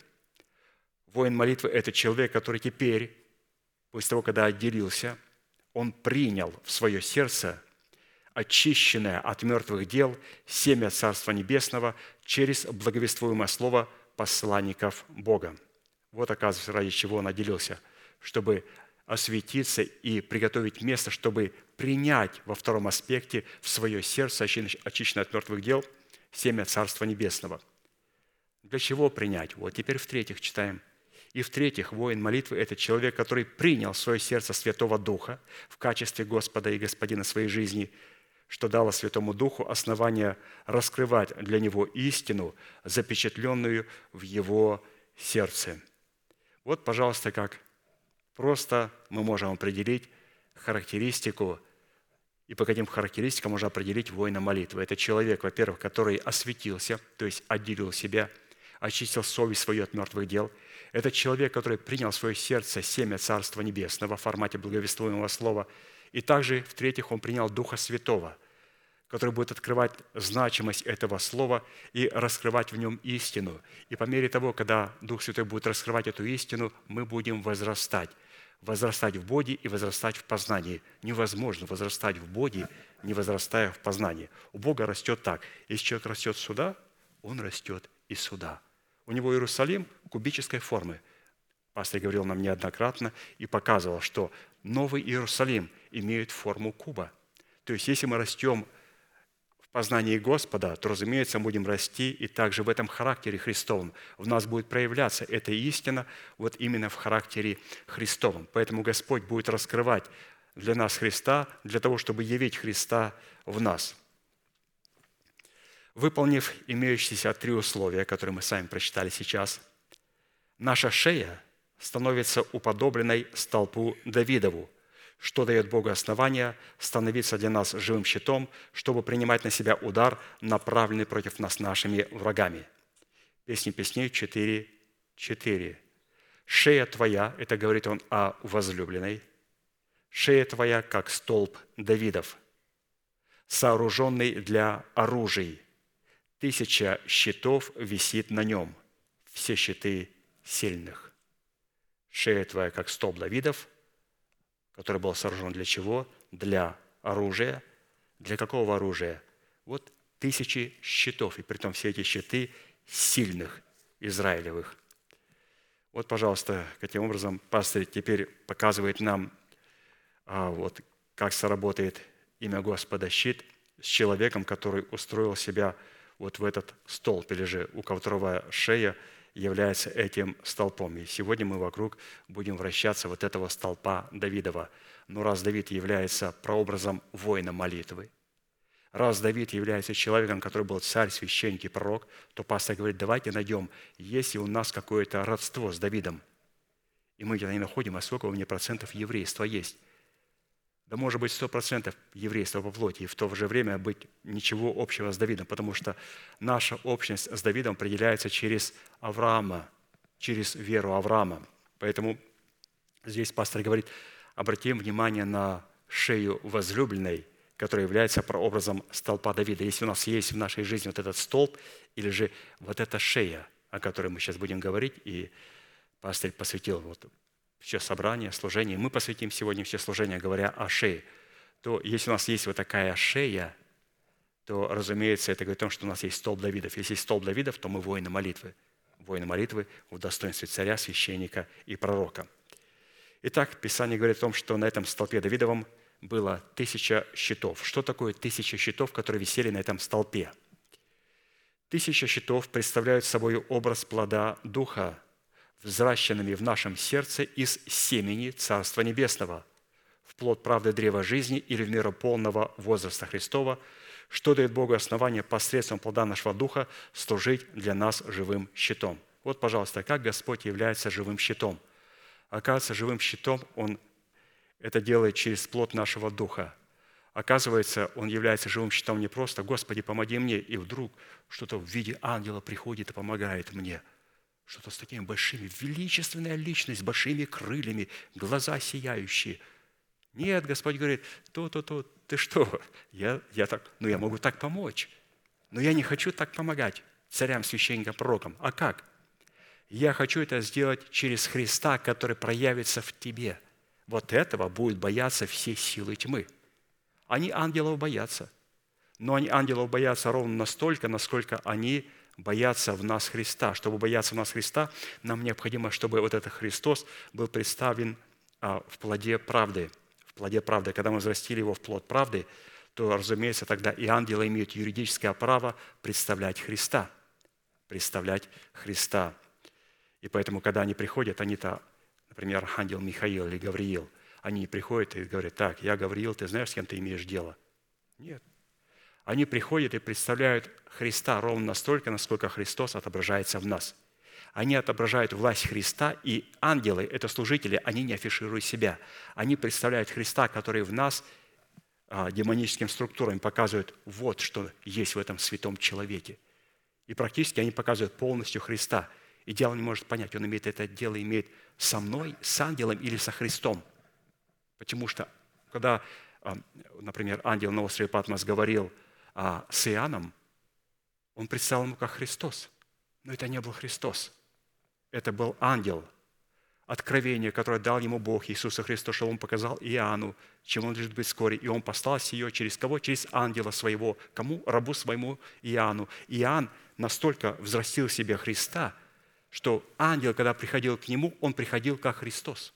воин молитвы – это человек, который теперь, после того, когда отделился, он принял в свое сердце очищенное от мертвых дел семя Царства Небесного через благовествуемое слово посланников Бога. Вот, оказывается, ради чего он отделился, чтобы осветиться и приготовить место, чтобы принять во втором аспекте в свое сердце, очищенное от мертвых дел, семя Царства Небесного. Для чего принять? Вот теперь в-третьих читаем. И в-третьих, воин молитвы – это человек, который принял в свое сердце Святого Духа в качестве Господа и Господина своей жизни, что дало Святому Духу основание раскрывать для него истину, запечатленную в его сердце. Вот, пожалуйста, как просто мы можем определить характеристику, и по каким характеристикам можно определить воина молитвы. Это человек, во-первых, который осветился, то есть отделил себя, очистил совесть свою от мертвых дел. Это человек, который принял в свое сердце семя Царства Небесного в формате благовествуемого слова. И также, в-третьих, он принял Духа Святого, который будет открывать значимость этого слова и раскрывать в нем истину. И по мере того, когда Дух Святой будет раскрывать эту истину, мы будем возрастать. Возрастать в Боге и возрастать в познании. Невозможно возрастать в Боге, не возрастая в познании. У Бога растет так. Если человек растет сюда, он растет и сюда. У него Иерусалим кубической формы. Пастор говорил нам неоднократно и показывал, что Новый Иерусалим имеет форму куба. То есть, если мы растем в познании Господа, то, разумеется, мы будем расти и также в этом характере Христовом. В нас будет проявляться эта истина вот именно в характере Христовом. Поэтому Господь будет раскрывать для нас Христа, для того, чтобы явить Христа в нас. Выполнив имеющиеся 3 условия, которые мы сами прочитали сейчас, наша шея становится уподобленной столпу Давидову, что дает Богу основание становиться для нас живым щитом, чтобы принимать на себя удар, направленный против нас нашими врагами. Песни Песней 4:4. «Шея твоя», это говорит он о возлюбленной, «шея твоя, как столб Давидов, сооруженный для оружий. 1000 щитов висит на нем, все щиты сильных». Шея твоя, как столб Давидов, который был сооружен для чего? Для оружия. Для какого оружия? Вот 1000 щитов, и притом все эти щиты сильных израилевых. Вот, пожалуйста, каким образом пастырь теперь показывает нам, вот, как сработает имя Господа щит с человеком, который устроил себя вот в этот столб, или же у которого шея является этим столпом. И сегодня мы вокруг будем вращаться вот этого столпа Давидова. Но раз Давид является прообразом воина молитвы, раз Давид является человеком, который был царь, священник и пророк, то пастор говорит, давайте найдем, есть ли у нас какое-то родство с Давидом. И мы где-то не находим, а сколько у меня процентов еврейства есть. Да может быть 100% еврейства по плоти, и в то же время быть ничего общего с Давидом, потому что наша общность с Давидом определяется через Авраама, через веру Авраама. Поэтому здесь пастор говорит, обратим внимание на шею возлюбленной, которая является прообразом столпа Давида. Если у нас есть в нашей жизни вот этот столб, или же вот эта шея, о которой мы сейчас будем говорить, и пастырь посвятил вот все собрание, служение. Мы посвятим сегодня все служения, говоря о шее. То если у нас есть вот такая шея, то, разумеется, это говорит о том, что у нас есть столб Давидов. Если есть столб Давидов, то мы воины молитвы. Воины молитвы в достоинстве царя, священника и пророка. Итак, Писание говорит о том, что на этом столпе Давидовом было 1000 щитов. Что такое 1000 щитов, которые висели на этом столпе? 1000 щитов представляют собой образ плода Духа, взращенными в нашем сердце из семени Царства Небесного, в плод правды древа жизни или в меру полного возраста Христова, что дает Богу основание посредством плода нашего Духа служить для нас живым щитом. Вот, пожалуйста, как Господь является живым щитом. Оказывается, живым щитом Он это делает через плод нашего Духа. Оказывается, Он является живым щитом не просто «Господи, помоги мне», и вдруг что-то в виде ангела приходит и помогает мне. Что-то с такими большими, величественная личность, с большими крыльями, глаза сияющие. Нет, Господь говорит, ты что? Я могу так помочь, но я не хочу так помогать царям, священникам, пророкам. А как? Я хочу это сделать через Христа, который проявится в тебе. Вот этого будут бояться все силы тьмы. Они ангелов боятся, но они ангелов боятся ровно настолько, насколько они боятся в нас Христа. Чтобы бояться в нас Христа, нам необходимо, чтобы вот этот Христос был представлен в плоде правды. В плоде правды. Когда мы взрастили его в плод правды, то, разумеется, тогда и ангелы имеют юридическое право представлять Христа. Представлять Христа. И поэтому, когда они приходят, они-то, например, ангел Михаил или Гавриил, они приходят и говорят: так, я Гавриил, ты знаешь, с кем ты имеешь дело? Нет. Они приходят и представляют Христа ровно настолько, насколько Христос отображается в нас. Они отображают власть Христа, и ангелы, это служители, они не афишируют себя. Они представляют Христа, который в нас демоническим структурам показывают, вот что есть в этом святом человеке. И практически они показывают полностью Христа. И дьявол не может понять, он имеет это дело имеет со мной, с ангелом или со Христом. Потому что, когда, например, ангел на острове Патмос говорил с Иоанном, он представил ему как Христос. Но это не был Христос. Это был ангел. Откровение, которое дал ему Бог, Иисуса Христа, что он показал Иоанну, чем он должен быть вскоре. И он послал ее через кого? Через ангела своего. Кому? Рабу своему Иоанну. Иоанн настолько взрастил в себе Христа, что ангел, когда приходил к нему, он приходил как Христос.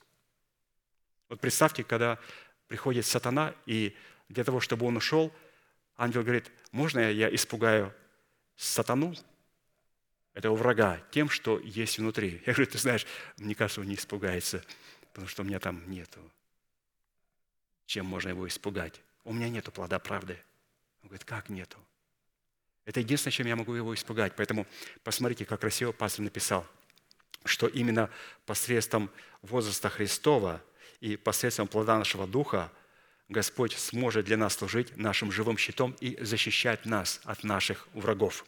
Вот представьте, когда приходит сатана, и для того, чтобы он ушел, ангел говорит: можно я испугаю сатану, этого врага, тем, что есть внутри? Я говорю: ты знаешь, мне кажется, он не испугается, потому что у меня там нету. Чем можно его испугать? У меня нету плода правды. Он говорит: как нету? Это единственное, чем я могу его испугать. Поэтому посмотрите, как красиво пастор написал, что именно посредством возраста Христова и посредством плода нашего Духа Господь сможет для нас служить нашим живым щитом и защищать нас от наших врагов.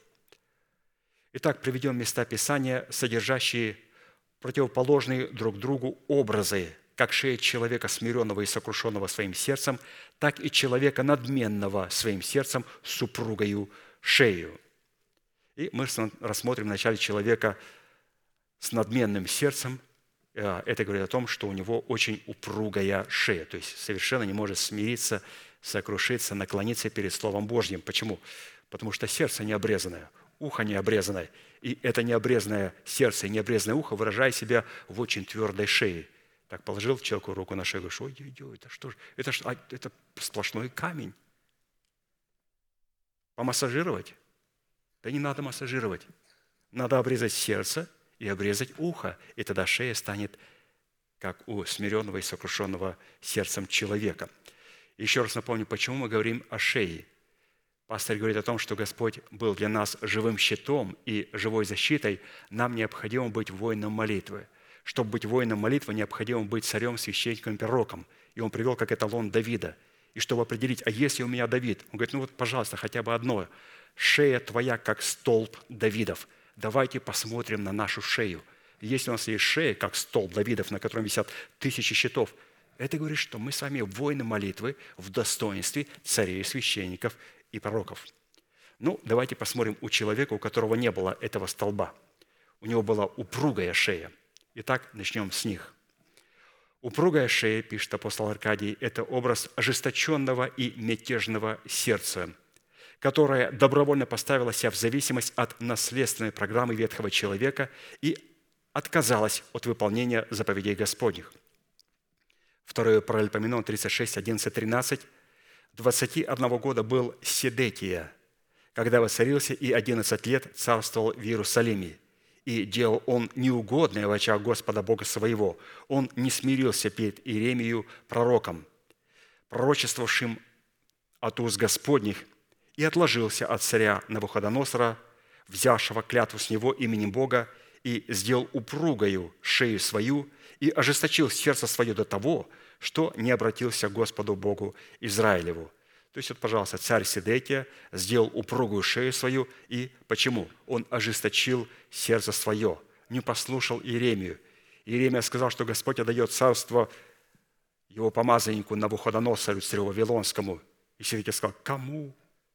Итак, приведем места Писания, содержащие противоположные друг другу образы, как шея человека, смиренного и сокрушенного своим сердцем, так и человека, надменного своим сердцем, супругою шею. И мы рассмотрим вначале человека с надменным сердцем. Это говорит о том, что у него очень упругая шея, то есть совершенно не может смириться, сокрушиться, наклониться перед Словом Божьим. Почему? Потому что сердце не обрезанное, ухо не обрезанное. И это необрезанное сердце и необрезанное ухо выражает себя в очень твердой шее. Так положил человеку руку на шею, говоришь: ой, это что же? Это сплошной камень. Помассажировать? Да не надо массажировать. Надо обрезать сердце и обрезать ухо, и тогда шея станет как у смиренного и сокрушенного сердцем человека. Еще раз напомню, почему мы говорим о шее. Пастор говорит о том, что Господь был для нас живым щитом и живой защитой. Нам необходимо быть воином молитвы. Чтобы быть воином молитвы, необходимо быть царем, священником, пророком. И он привел как эталон Давида. И чтобы определить, а если у меня Давид? Он говорит: ну вот, пожалуйста, хотя бы одно. Шея твоя, как столб Давидов. Давайте посмотрим на нашу шею. Если у нас есть шея, как столб Давидов, на котором висят 1000 щитов, это говорит, что мы с вами воины молитвы в достоинстве царей, священников и пророков. Ну, давайте посмотрим у человека, у которого не было этого столба. У него была упругая шея. Итак, начнем с них. Упругая шея, пишет апостол Аркадий, это образ ожесточенного и мятежного сердца, которое добровольно поставило себя в зависимость от наследственной программы ветхого человека и отказалось от выполнения заповедей Господних. 2 Паралипоменон 36, 11, 13. 21 года был Седекия, когда воцарился, и 11 лет царствовал в Иерусалиме. И делал он неугодное в очах Господа Бога своего. Он не смирился перед Иеремию пророком, пророчествовавшим от уст Господних, и отложился от царя Навуходоносора, взявшего клятву с него именем Бога, и сделал упругою шею свою, и ожесточил сердце свое до того, что не обратился к Господу Богу Израилеву. То есть, вот, пожалуйста, царь Седекия сделал упругую шею свою. И почему? Он ожесточил сердце свое, не послушал Иеремию. Иеремия сказал, что Господь отдает царство его помазаннику Навуходоносору, царю Вавилонскому. И Седекия сказал: кому?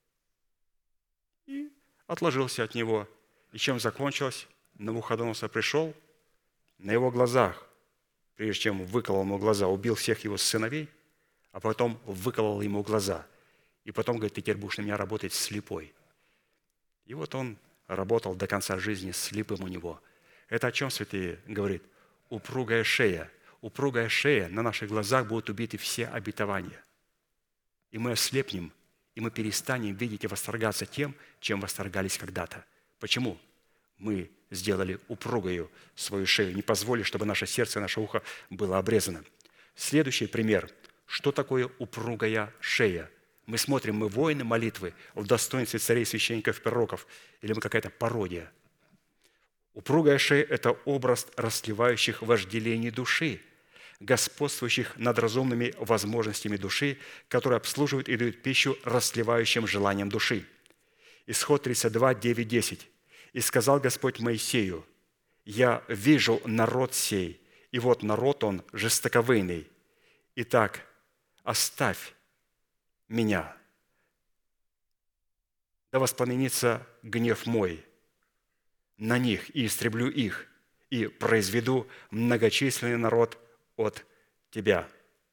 И отложился от него. И чем закончилось? Навуходоносор пришел на его глазах, прежде чем выколол ему глаза, убил всех его сыновей, а потом выколол ему глаза. И потом говорит: ты теперь будешь на меня работать слепой. И вот он работал до конца жизни слепым у него. Это о чем святые говорит? Упругая шея. Упругая шея, на наших глазах будут убиты все обетования. И мы ослепнем, и мы перестанем видеть и восторгаться тем, чем восторгались когда-то. Почему? Мы сделали упругою свою шею, не позволили, чтобы наше сердце и наше ухо было обрезано. Следующий пример. Что такое упругая шея? Мы смотрим, мы воины молитвы в достоинстве царей, священников, пророков, или мы какая-то пародия? Упругая шея – это образ расливающих вожделений души, господствующих над разумными возможностями души, которые обслуживают и дают пищу расливающим желаниям души. Исход 32, 9, 10. «И сказал Господь Моисею: я вижу народ сей, и вот народ он жестоковыйный. Итак, оставь меня, да воспламенится гнев мой на них, и истреблю их, и произведу многочисленный народ от тебя».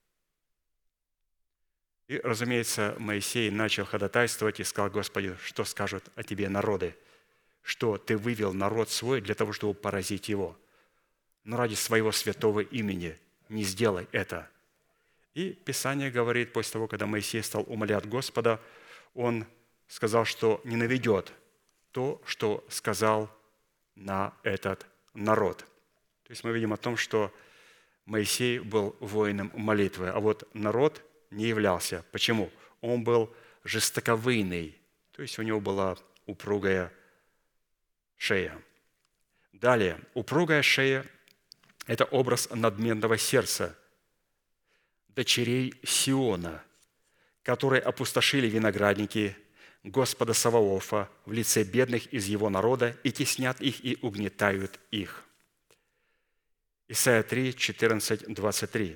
И, разумеется, Моисей начал ходатайствовать и сказал: Господи, что скажут о тебе народы, что ты вывел народ свой для того, чтобы поразить его. Но ради своего святого имени не сделай это. И Писание говорит, после того, когда Моисей стал умолять Господа, он сказал, что не наведет то, что сказал на этот народ. То есть мы видим о том, что Моисей был воином молитвы, а вот народ не являлся. Почему? Он был жестоковыйный, то есть у него была упругая шея. Далее, упругая шея – это образ надменного сердца дочерей Сиона, которые опустошили виноградники Господа Саваофа в лице бедных из его народа и теснят их и угнетают их. Исайя 3, 14, 23.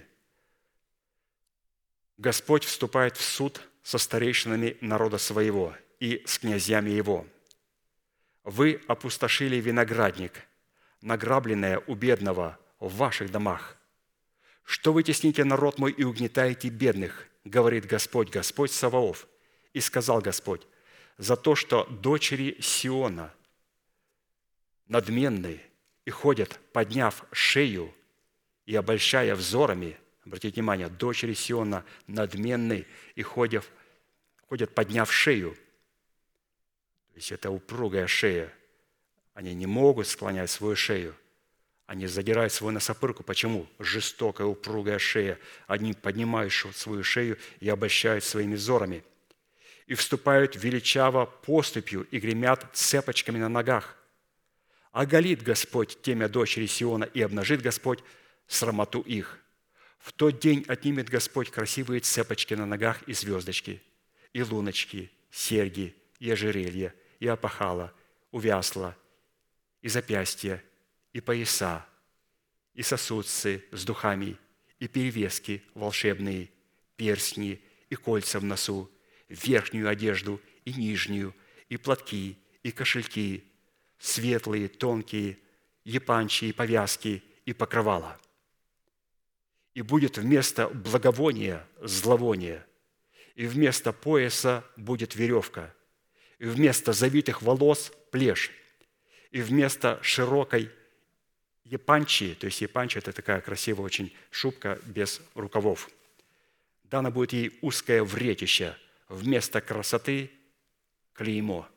«Господь вступает в суд со старейшинами народа своего и с князьями его. Вы опустошили виноградник, награбленное у бедного в ваших домах. Что вы тесните народ мой и угнетаете бедных, говорит Господь, Господь Саваоф. И сказал Господь: за то, что дочери Сиона надменны и ходят, подняв шею и обольщая взорами». Обратите внимание, дочери Сиона надменны и ходят, подняв шею. То есть это упругая шея. Они не могут склонять свою шею. Они задирают свою носопырку. Почему? Жестокая, упругая шея. Они поднимают свою шею и обольщают своими взорами. И вступают величаво поступью и гремят цепочками на ногах. Оголит Господь темя дочери Сиона, и обнажит Господь срамоту их. В тот день отнимет Господь красивые цепочки на ногах и звездочки, и луночки, серьги, и ожерелья, и опахала, увясла, и запястья, и пояса, и сосудцы с духами, и перевески волшебные, перстни, и кольца в носу, верхнюю одежду и нижнюю, и платки, и кошельки, светлые, тонкие, епанчи, и повязки, и покрывала. И будет вместо благовония зловоние, и вместо пояса будет веревка, и вместо завитых волос плешь, и вместо широкой епанчи, то есть епанчи – это такая красивая очень шубка без рукавов, дано будет ей узкое вретище, вместо красоты – клеймо.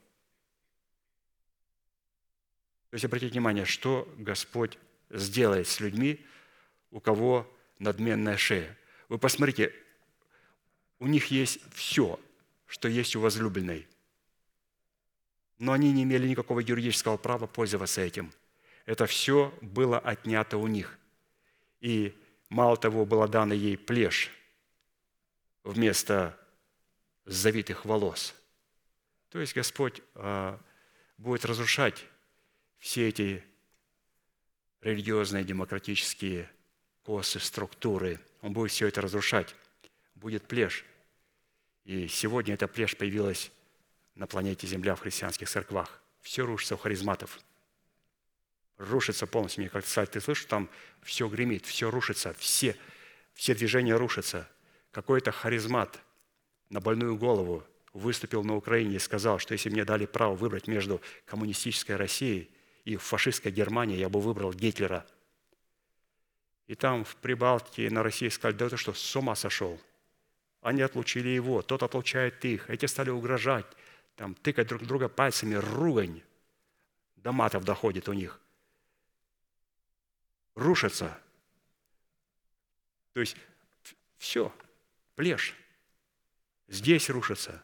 То есть обратите внимание, что Господь сделает с людьми, у кого надменная шея. Вы посмотрите, у них есть все, что есть у возлюбленной, но они не имели никакого юридического права пользоваться этим. Это все было отнято у них. И мало того, была дана ей плешь вместо завитых волос. То есть Господь будет разрушать все эти религиозные, демократические косы, структуры. Он будет все это разрушать. Будет плешь. И сегодня эта плешь появилась на планете Земля в христианских церквах. Все рушится у харизматов. Рушится полностью. Мне как-то, ты слышишь, там все гремит, все рушится, все движения рушатся. Какой-то харизмат на больную голову выступил на Украине и сказал, что если мне дали право выбрать между коммунистической Россией и фашистской Германией, я бы выбрал Гитлера. И там в Прибалтике на России сказали, да ты что, с ума сошел? Они отлучили его, тот отлучает их. Эти стали угрожать, там, тыкать друг друга пальцами, ругань. До матов доходит у них. Рушится. То есть все, плешь. Здесь рушится.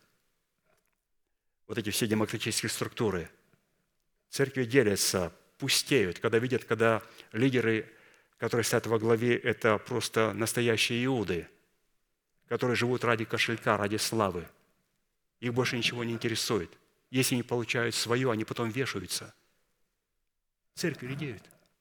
Вот эти все демократические структуры. Церкви делятся, пустеют, когда видят, когда лидеры, которые стоят во главе, это просто настоящие иуды, которые живут ради кошелька, ради славы. Их больше ничего не интересует. Если они получают свое, они потом вешаются. Церковь редеет.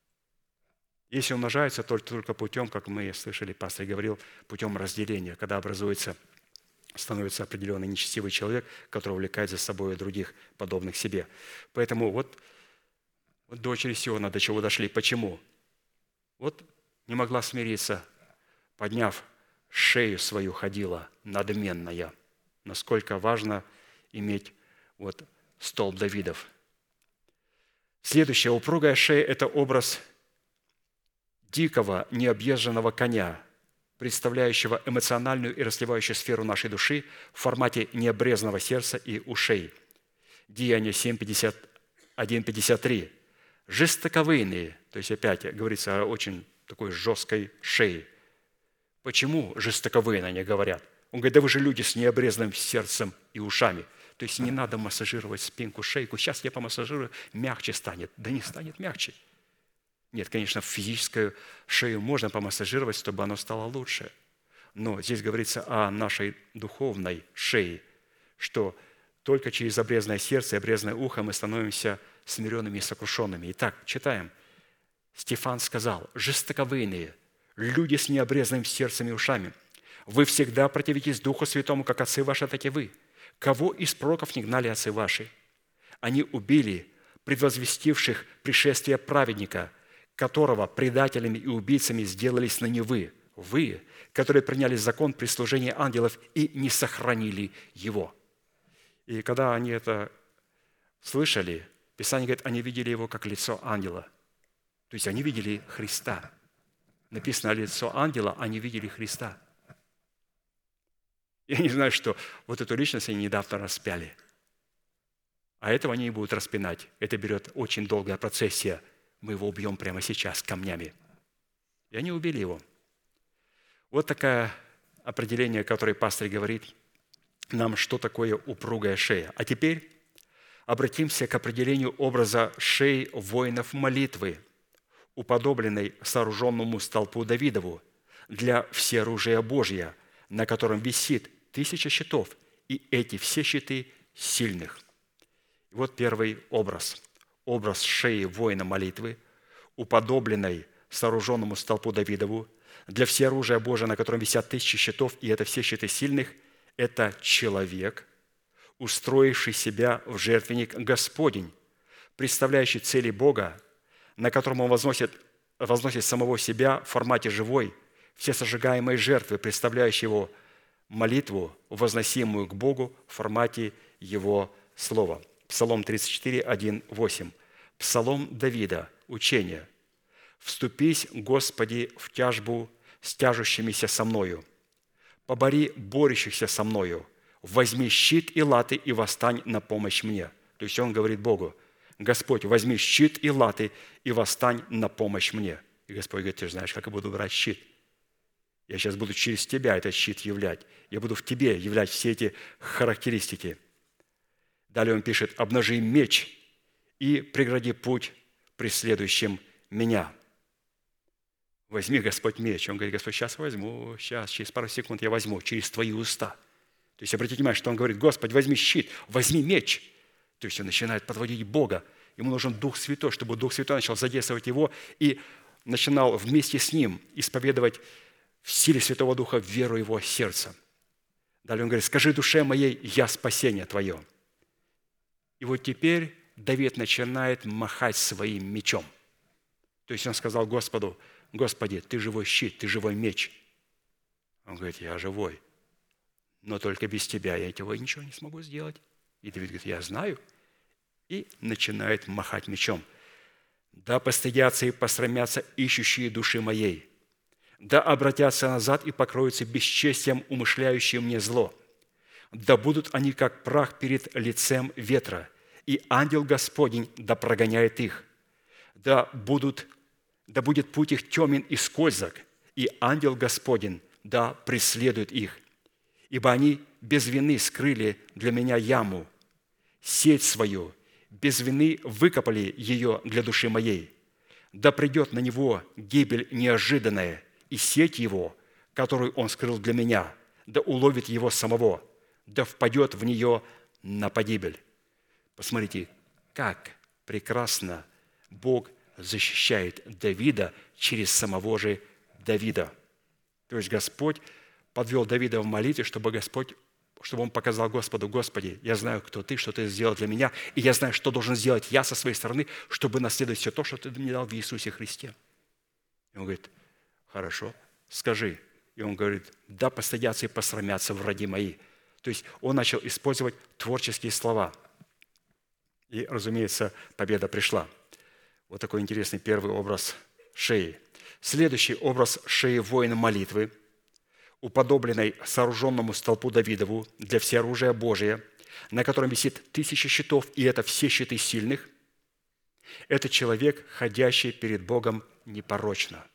Если умножается только путем, как мы слышали, пастор говорил, путем разделения, когда становится определенный нечестивый человек, который увлекает за собой других, подобных себе. Поэтому вот дочери Сиона до чего дошли. Почему? Вот не могла смириться, подняв шею свою, ходила надменная. Насколько важно иметь столб Давидов. Следующее, упругая шея – это образ дикого, необъезженного коня, представляющего эмоциональную и расливающую сферу нашей души в формате необрезанного сердца и ушей. Деяния 7:51-53. Жестоковыйные, то есть опять говорится о очень такой жесткой шее. Почему жестоковыйно они говорят? Он говорит, да вы же люди с необрезанным сердцем и ушами. То есть не надо массажировать спинку, шейку. Сейчас я помассажирую, мягче станет. Да не станет мягче. Нет, конечно, физическую шею можно помассажировать, чтобы оно стало лучше. Но здесь говорится о нашей духовной шее, что только через обрезанное сердце и обрезанное ухо мы становимся смиренными и сокрушенными. Итак, читаем. Стефан сказал, жестоковыйные, люди с необрезанным сердцем и ушами, вы всегда противитесь Духу Святому, как отцы ваши, так и вы. Кого из пророков не гнали отцы ваши? Они убили предвозвестивших пришествие праведника, которого предателями и убийцами сделались ныне вы, которые приняли закон при служении ангелов и не сохранили его». И когда они это слышали, Писание говорит, они видели его как лицо ангела. То есть они видели Христа. Написано лицо ангела, они видели Христа. И они знают, что вот эту личность они недавно распяли. А этого они не будут распинать. Это берет очень долгая процессия. Мы его убьем прямо сейчас камнями. И они убили его. Вот такое определение, которое пастор говорит нам, что такое упругая шея. А теперь обратимся к определению образа шеи воинов молитвы, уподобленной сооруженному столпу Давидову для всеоружия Божия, на котором висит 1000 щитов, и эти все щиты сильных. И вот первый образ. Образ шеи воина молитвы, уподобленной сооруженному столпу Давидову, для всеоружия Божия, на котором висят 1000 щитов, и это все щиты сильных, это человек, устроивший себя в жертвенник Господень, представляющий цели Бога, на котором Он возносит самого себя в формате живой, все сожигаемые жертвы, представляющие Его молитву, возносимую к Богу в формате Его Слова. Псалом 34, 1, 8. Псалом Давида, учение. «Вступись, Господи, в тяжбу с тяжущимися со мною. Побори борющихся со мною. Возьми щит и латы и восстань на помощь мне». То есть он говорит Богу: «Господь, возьми щит и латы и восстань на помощь мне». И Господь говорит: «Ты же знаешь, как я буду брать щит. Я сейчас буду через тебя этот щит являть. Я буду в тебе являть все эти характеристики». Далее он пишет: «Обнажи меч и прегради путь преследующим меня». Возьми, Господь, меч. Он говорит: Господь, сейчас возьму, сейчас, через пару секунд я возьму, через твои уста. То есть обратите внимание, что он говорит: Господь, возьми щит, возьми меч. То есть он начинает подводить Бога. Ему нужен Дух Святой, чтобы Дух Святой начал задействовать его и начинал вместе с ним исповедовать в силе Святого Духа веру его сердца. Далее он говорит: скажи душе моей, я спасение твое. И вот теперь Давид начинает махать своим мечом. То есть он сказал Господу: Господи, Ты живой щит, Ты живой меч. Он говорит: я живой, но только без Тебя я этого ничего не смогу сделать. И Давид говорит: я знаю. И начинает махать мечом. «Да постыдятся и посрамятся ищущие души моей, да обратятся назад и покроются бесчестием, умышляющие мне зло. Да будут они, как прах перед лицем ветра, и ангел Господень да прогоняет их. Да будет путь их темен и скользок, и ангел Господень да преследует их. Ибо они без вины скрыли для меня яму, сеть свою, без вины выкопали ее для души моей. Да придет на него гибель неожиданная, и сеть его, которую он скрыл для меня, да уловит его самого, да впадет в нее на погибель». Посмотрите, как прекрасно Бог защищает Давида через самого же Давида. То есть Господь подвел Давида в молитве, чтобы он показал Господу: Господи, я знаю, кто Ты, что Ты сделал для меня, и я знаю, что должен сделать я со своей стороны, чтобы наследовать все то, что Ты мне дал в Иисусе Христе. И он говорит: хорошо, скажи. И он говорит: да постыдятся и посрамятся враги мои. То есть он начал использовать творческие слова. И, разумеется, победа пришла. Вот такой интересный первый образ Шеи. Следующий образ Шеи воина молитвы, уподобленной сооруженному столпу Давидову для всеоружия Божия, на котором висит 1000 щитов, и это все щиты сильных, это человек, ходящий перед Богом непорочно.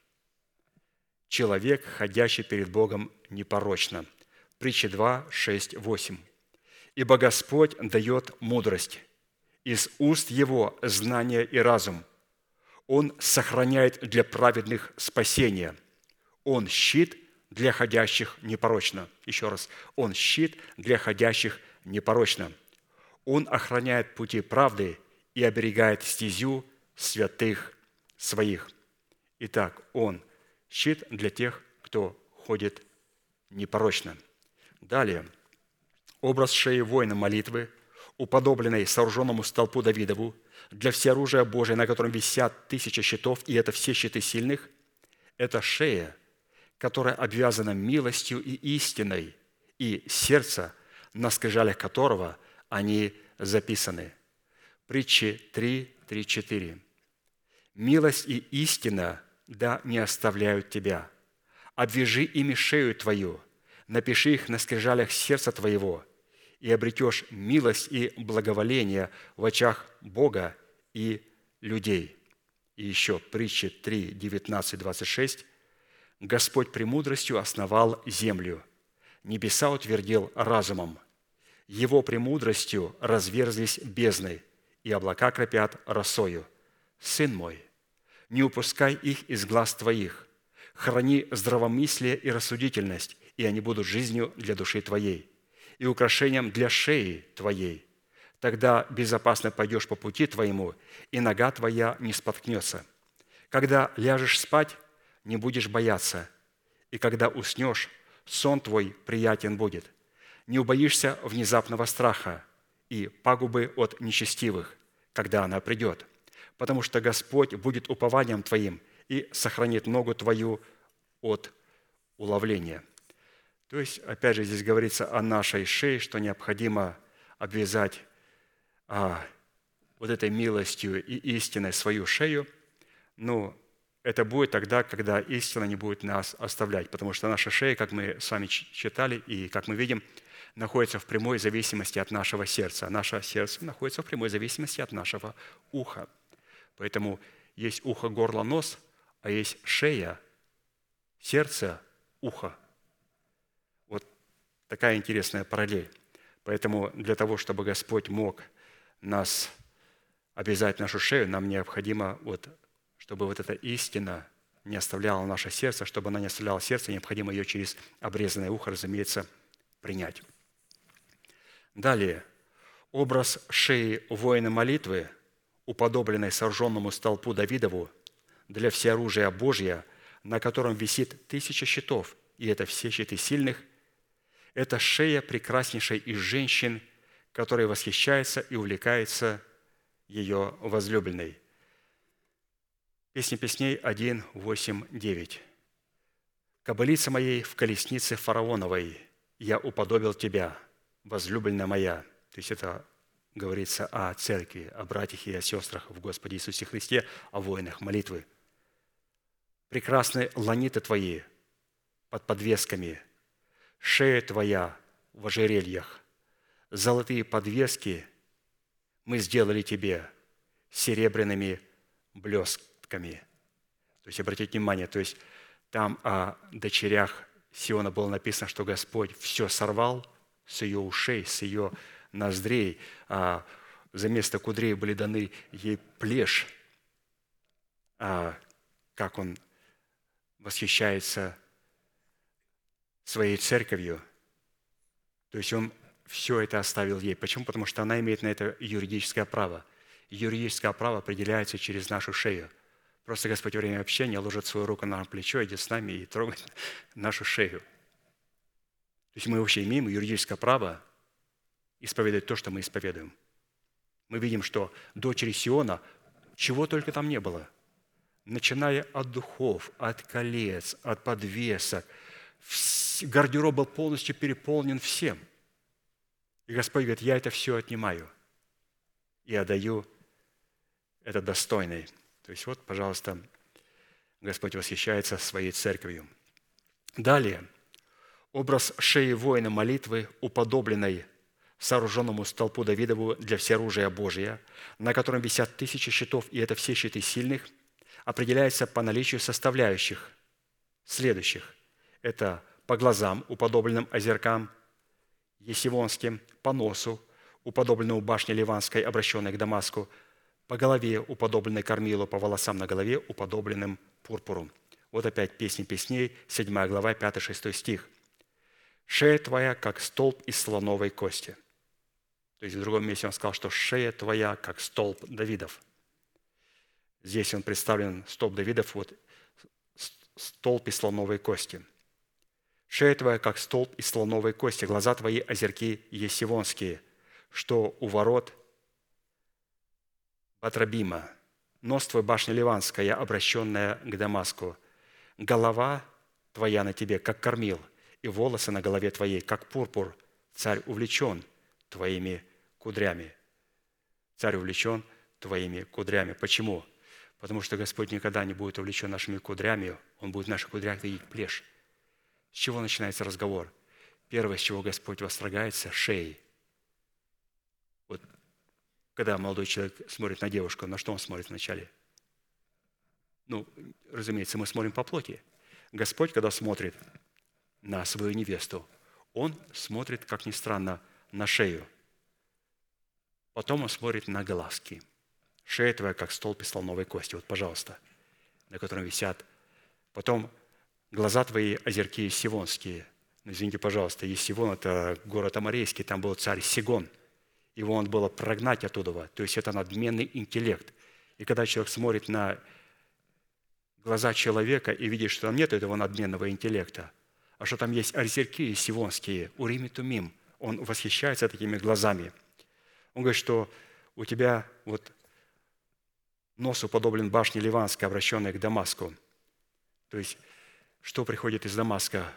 Человек, ходящий перед Богом непорочно. Притча 2, 6, 8. «Ибо Господь дает мудрость, из уст Его знание и разум. Он сохраняет для праведных спасение. Он щит для ходящих непорочно». Еще раз. Он щит для ходящих непорочно. Он охраняет пути правды и оберегает стезю святых своих. Итак, он щит для тех, кто ходит непорочно. Далее. Образ Шеи воина молитвы, уподобленной сооруженному столпу Давидову, для всеоружия Божия, на котором висят 1000 щитов, и это все щиты сильных, это шея, которая обвязана милостью и истиной, и сердце, на скрижалях которого они записаны. Притчи 3, 3, 4. «Милость и истина да не оставляют тебя. Обвяжи ими шею твою, напиши их на скрижалях сердца твоего, и обретешь милость и благоволение в очах Бога и людей». И еще притчи 3, 19, 26. «Господь премудростью основал землю, небеса утвердил разумом. Его премудростью разверзлись бездны, и облака кропят росою. Сын мой, не упускай их из глаз твоих, храни здравомыслие и рассудительность, и они будут жизнью для души твоей и украшением для шеи твоей. Тогда безопасно пойдешь по пути твоему, и нога твоя не споткнется. Когда ляжешь спать, не будешь бояться, и когда уснешь, сон твой приятен будет. Не убоишься внезапного страха и пагубы от нечестивых, когда она придет. потому что Господь будет упованием твоим и сохранит ногу твою от уловления». То есть, опять же, здесь говорится о нашей шее, что необходимо обвязать вот этой милостью и истиной свою шею. Но это будет тогда, когда истина не будет нас оставлять, потому что наша шея, как мы с вами читали и как мы видим, находится в прямой зависимости от нашего сердца. А наше сердце находится в прямой зависимости от нашего уха. Поэтому есть ухо, горло, нос, а есть шея, сердце, ухо. Вот такая интересная параллель. Поэтому для того, чтобы Господь мог нас обвязать нашу шею, нам необходимо, чтобы вот эта истина не оставляла наше сердце, чтобы она не оставляла сердце, необходимо ее через обрезанное ухо, разумеется, принять. Далее. Образ шеи воина молитвы, уподобленной сожженному столпу Давидову, для всеоружия Божия, на котором висит 1000 щитов, и это все щиты сильных, это шея прекраснейшей из женщин, которая восхищается и увлекается ее возлюбленной. Песня песней 1, 8, 9. «Кобылица моей в колеснице фараоновой, я уподобил тебя, возлюбленная моя». То есть это говорится о церкви, о братьях и о сестрах в Господе Иисусе Христе, о воинах молитвы. «Прекрасны ланиты твои под подвесками, шея твоя в ожерельях, золотые подвески мы сделали тебе серебряными блестками». То есть, обратите внимание, то есть там о дочерях Сиона было написано, что Господь все сорвал с ее ушей, с ее ноздрей, а за место кудрей были даны ей плешь. Как он восхищается своей церковью. То есть он все это оставил ей. Почему? Потому что она имеет на это юридическое право. Юридическое право определяется через нашу шею. Просто Господь во время общения ложит свою руку на плечо, идет с нами и трогает нашу шею. То есть мы вообще имеем юридическое право исповедовать то, что мы исповедуем. Мы видим, что дочери Сиона, чего только там не было, начиная от духов, от колец, от подвесок, гардероб был полностью переполнен всем. И Господь говорит: я это все отнимаю и отдаю это достойной. То есть вот, пожалуйста, Господь восхищается своей церковью. Далее. Образ шеи воина молитвы, уподобленной сооруженному столпу Давидову для всеоружия Божия, на котором висят 1000 щитов, и это все щиты сильных, определяется по наличию составляющих следующих. Это по глазам, уподобленным озеркам есивонским, по носу, уподобленному башне Ливанской, обращенной к Дамаску, по голове, уподобленной кормилу, по волосам на голове, уподобленным пурпуру. Вот опять Песни песней, 7 глава, 5-6 стих. «Шея твоя, как столб из слоновой кости». То есть в другом месте он сказал, что «шея твоя, как столб Давидов». Здесь он представлен, столб Давидов, вот столб из слоновой кости. «Шея твоя, как столб из слоновой кости, глаза твои озерки есивонские, что у ворот Батрабима, нос твой башня Ливанская, обращенная к Дамаску, голова твоя на тебе, как кормил, и волосы на голове твоей, как пурпур, царь увлечен твоими кудрями». Царь увлечен твоими кудрями. Почему? Потому что Господь никогда не будет увлечен нашими кудрями, Он будет в наших кудрях видеть плешь. С чего начинается разговор? Первое, с чего Господь восторгается – шеей. Вот когда молодой человек смотрит на девушку, на что он смотрит вначале? Разумеется, мы смотрим по плоти. Господь, когда смотрит на свою невесту, Он смотрит, как ни странно, на шею. Потом Он смотрит на глазки. Шея твоя, как столб из слоновой кости. Вот, пожалуйста, на котором висят. Потом глаза твои озерки есивонские. Извините, пожалуйста, Есивон – это город Аморейский, там был царь Сигон. Его надо было прогнать оттуда. То есть это надменный интеллект. И когда человек смотрит на глаза человека и видит, что там нет этого надменного интеллекта, а что там есть озерки есивонские, Урим и Тумим, он восхищается такими глазами. Он говорит, что у тебя вот Нос уподоблен башне Ливанской, обращенной к Дамаску. То есть, что приходит из Дамаска?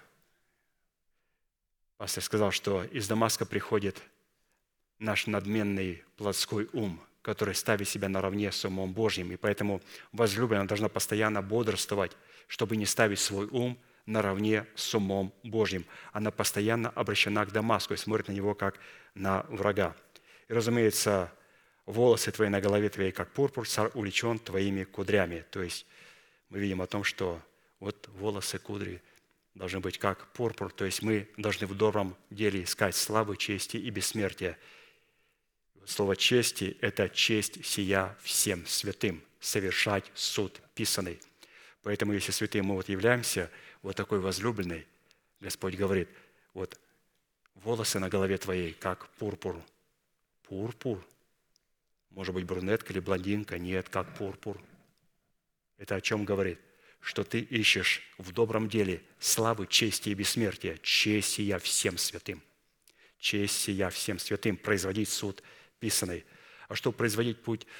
Пастор сказал, что из Дамаска приходит наш надменный плотской ум, который ставит себя наравне с умом Божьим. И поэтому возлюбленная должна постоянно бодрствовать, чтобы не ставить свой ум наравне с умом Божьим. Она постоянно обращена к Дамаску и смотрит на него, как на врага. И, разумеется, волосы твои на голове твоей, как пурпур, царь увлечен твоими кудрями. То есть мы видим о том, что вот волосы, кудри должны быть как пурпур. То есть мы должны в добром деле искать славы, чести и бессмертия. Слово «чести» – это честь сия всем святым, совершать суд писанный. Поэтому, если святые мы вот являемся вот такой возлюбленной, Господь говорит, вот волосы на голове твоей, как пурпур. Пурпур. Может быть, брюнетка или блондинка? Нет, как пурпур. Это о чем говорит? Что ты ищешь в добром деле славы, чести и бессмертия. Честь сия всем святым. Честь сия всем святым. Производить суд писанный. А чтобы производить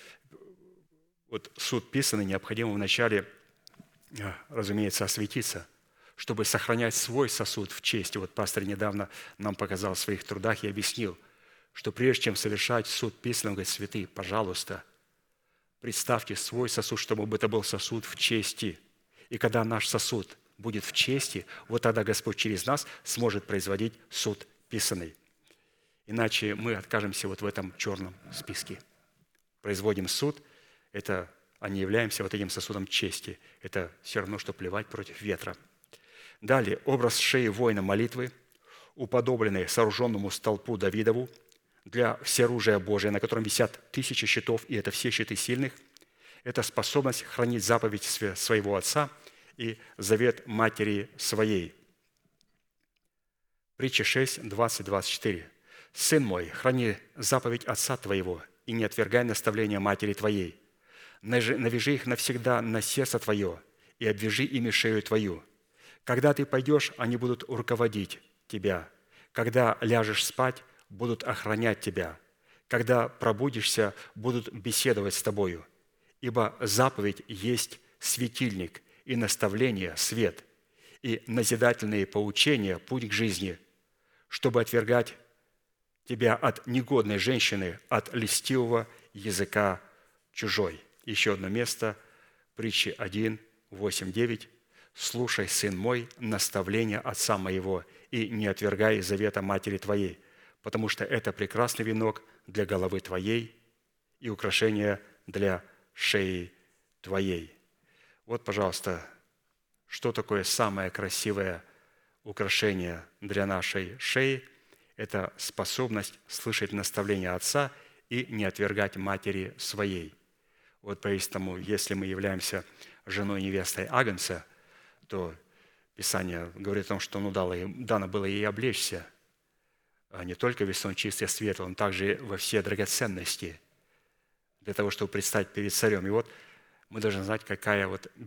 суд писанный, необходимо вначале, разумеется, осветиться, чтобы сохранять свой сосуд в чести. Вот пастор недавно нам показал в своих трудах и объяснил, что прежде чем совершать суд писанный, он говорит: святые, пожалуйста, представьте свой сосуд, чтобы это был сосуд в чести. И когда наш сосуд будет в чести, вот тогда Господь через нас сможет производить суд писанный. Иначе мы откажемся вот в этом черном списке. Производим суд, а не являемся вот этим сосудом чести. Это все равно, что плевать против ветра. Далее, образ шеи воина молитвы, уподобленный сооруженному столпу Давидову для всеоружия Божия, на котором висят 1000 щитов, и это все щиты сильных. Это способность хранить заповедь своего отца и завет матери своей. Притча 6, 20, 24. «Сын мой, храни заповедь отца твоего и не отвергай наставления матери твоей. Навяжи их навсегда на сердце твое и обвяжи ими шею твою. Когда ты пойдешь, они будут руководить тебя. Когда ляжешь спать, будут охранять тебя. Когда пробудишься, будут беседовать с тобою. Ибо заповедь есть светильник, и наставление – свет, и назидательные поучения – путь к жизни, чтобы отвергать тебя от негодной женщины, от льстивого языка чужой». Еще одно место, притчи 1, 8, 9. «Слушай, сын мой, наставление отца моего, и не отвергай завета матери твоей, потому что это прекрасный венок для головы твоей и украшение для шеи твоей». Вот, пожалуйста, что такое самое красивое украшение для нашей шеи? Это способность слышать наставления отца и не отвергать матери своей. Вот поэтому, если мы являемся женой невестой Агнца, то Писание говорит о том, что дано было ей облечься, а не только весом чистый и светлый, но также во все драгоценности, для того, чтобы предстать перед царем. И вот мы должны знать, какие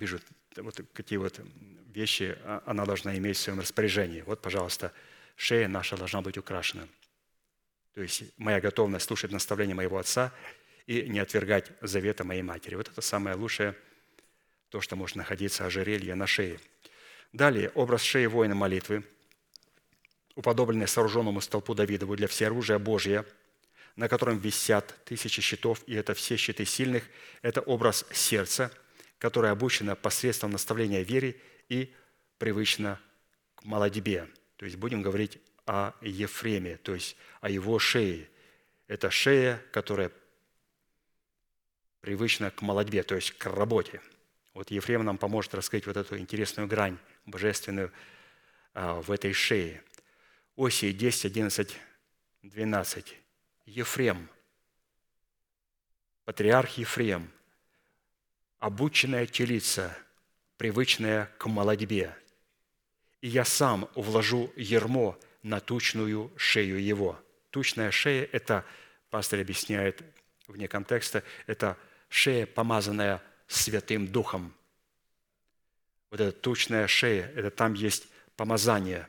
вещи она должна иметь в своем распоряжении. Вот, пожалуйста, шея наша должна быть украшена. То есть моя готовность слушать наставления моего отца и не отвергать завета моей матери. Вот это самое лучшее, то, что может находиться ожерелье на шее. Далее, образ шеи воина молитвы, уподобленный сооруженному столпу Давидову для всеоружия Божия, на котором висят 1000 щитов, и это все щиты сильных. Это образ сердца, которое обучено посредством наставления вере и привычно к молодьбе. То есть будем говорить о Ефреме, то есть о его шее. Это шея, которая привычна к молодьбе, то есть к работе. Вот Ефрем нам поможет раскрыть вот эту интересную грань божественную в этой шее. Осии 10, 11, 12. Ефрем, патриарх Ефрем, обученная телица, привычная к молодьбе. И я сам вложу ярмо на тучную шею его. Тучная шея – это, пастор объясняет вне контекста, это шея, помазанная Святым Духом. Вот эта тучная шея, это там есть помазание.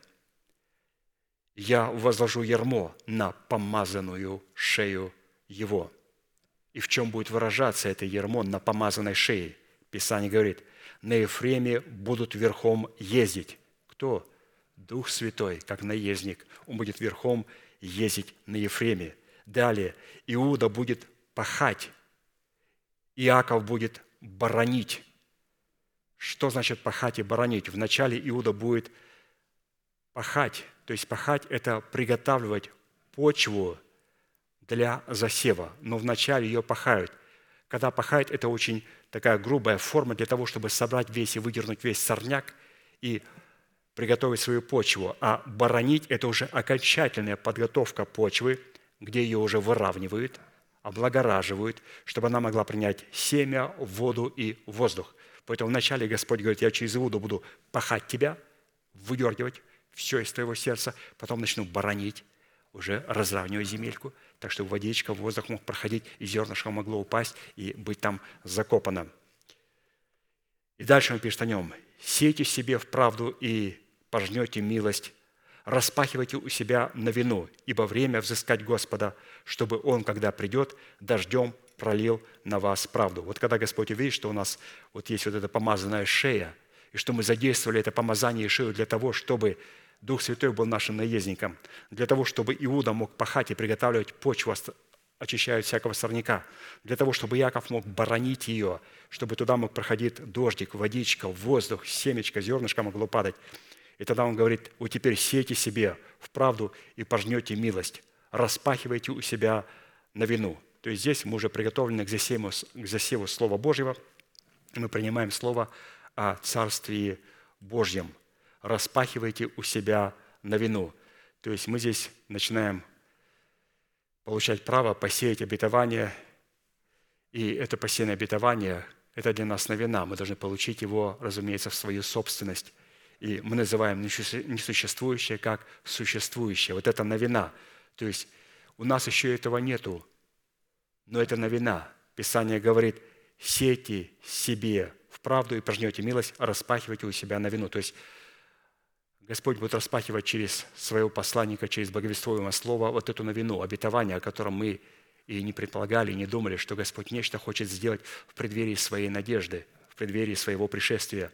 Я возложу ярмо на помазанную шею его. И в чем будет выражаться это ярмо на помазанной шее? Писание говорит, на Ефреме будут верхом ездить. Кто? Дух Святой, как наездник. Он будет верхом ездить на Ефреме. Далее, Иуда будет пахать. Иаков будет боронить. Что значит пахать и боронить? Вначале Иуда будет пахать. То есть пахать – это приготавливать почву для засева. Но вначале ее пахают. Когда пахают, это очень такая грубая форма для того, чтобы собрать весь и выдернуть весь сорняк и приготовить свою почву. А боронить – это уже окончательная подготовка почвы, где ее уже выравнивают, облагораживают, чтобы она могла принять семя, воду и воздух. Поэтому вначале Господь говорит, я через Иуду буду пахать тебя, выдергивать все из твоего сердца, потом начну боронить, уже разравнивать земельку, так что водичка, воздух мог проходить, и зернышко могло упасть и быть там закопано. И дальше он пишет о нем. «Сейте себе в правду и пожнете милость, распахивайте у себя новину, ибо время взыскать Господа, чтобы Он, когда придет, дождем пролил на вас правду». Вот когда Господь увидит, что у нас вот есть вот эта помазанная шея, и что мы задействовали это помазание и шею для того, чтобы Дух Святой был нашим наездником, для того, чтобы Иуда мог пахать и приготавливать почву, очищая всякого сорняка, для того, чтобы Иаков мог боронить ее, чтобы туда мог проходить дождик, водичка, воздух, семечко, зернышко могло падать. И тогда он говорит, вот теперь сейте себе в правду и пожнете милость, распахивайте у себя новину. То есть здесь мы уже приготовлены к засеву Слова Божьего, и мы принимаем Слово о Царстве Божьем. Распахивайте у себя новину. То есть мы здесь начинаем получать право посеять обетование, и это посеянное обетование – это для нас новина. Мы должны получить его, разумеется, в свою собственность. И мы называем несуществующее как существующее. Вот это новина. То есть у нас еще этого нету, но это новина. Писание говорит, сейте себе в правду и пожнете милость, распахивайте у себя новину. То есть Господь будет распахивать через своего посланника, через благовествуемое слово вот эту новину, обетование, о котором мы и не предполагали, и не думали, что Господь нечто хочет сделать в преддверии своей надежды, в преддверии своего пришествия.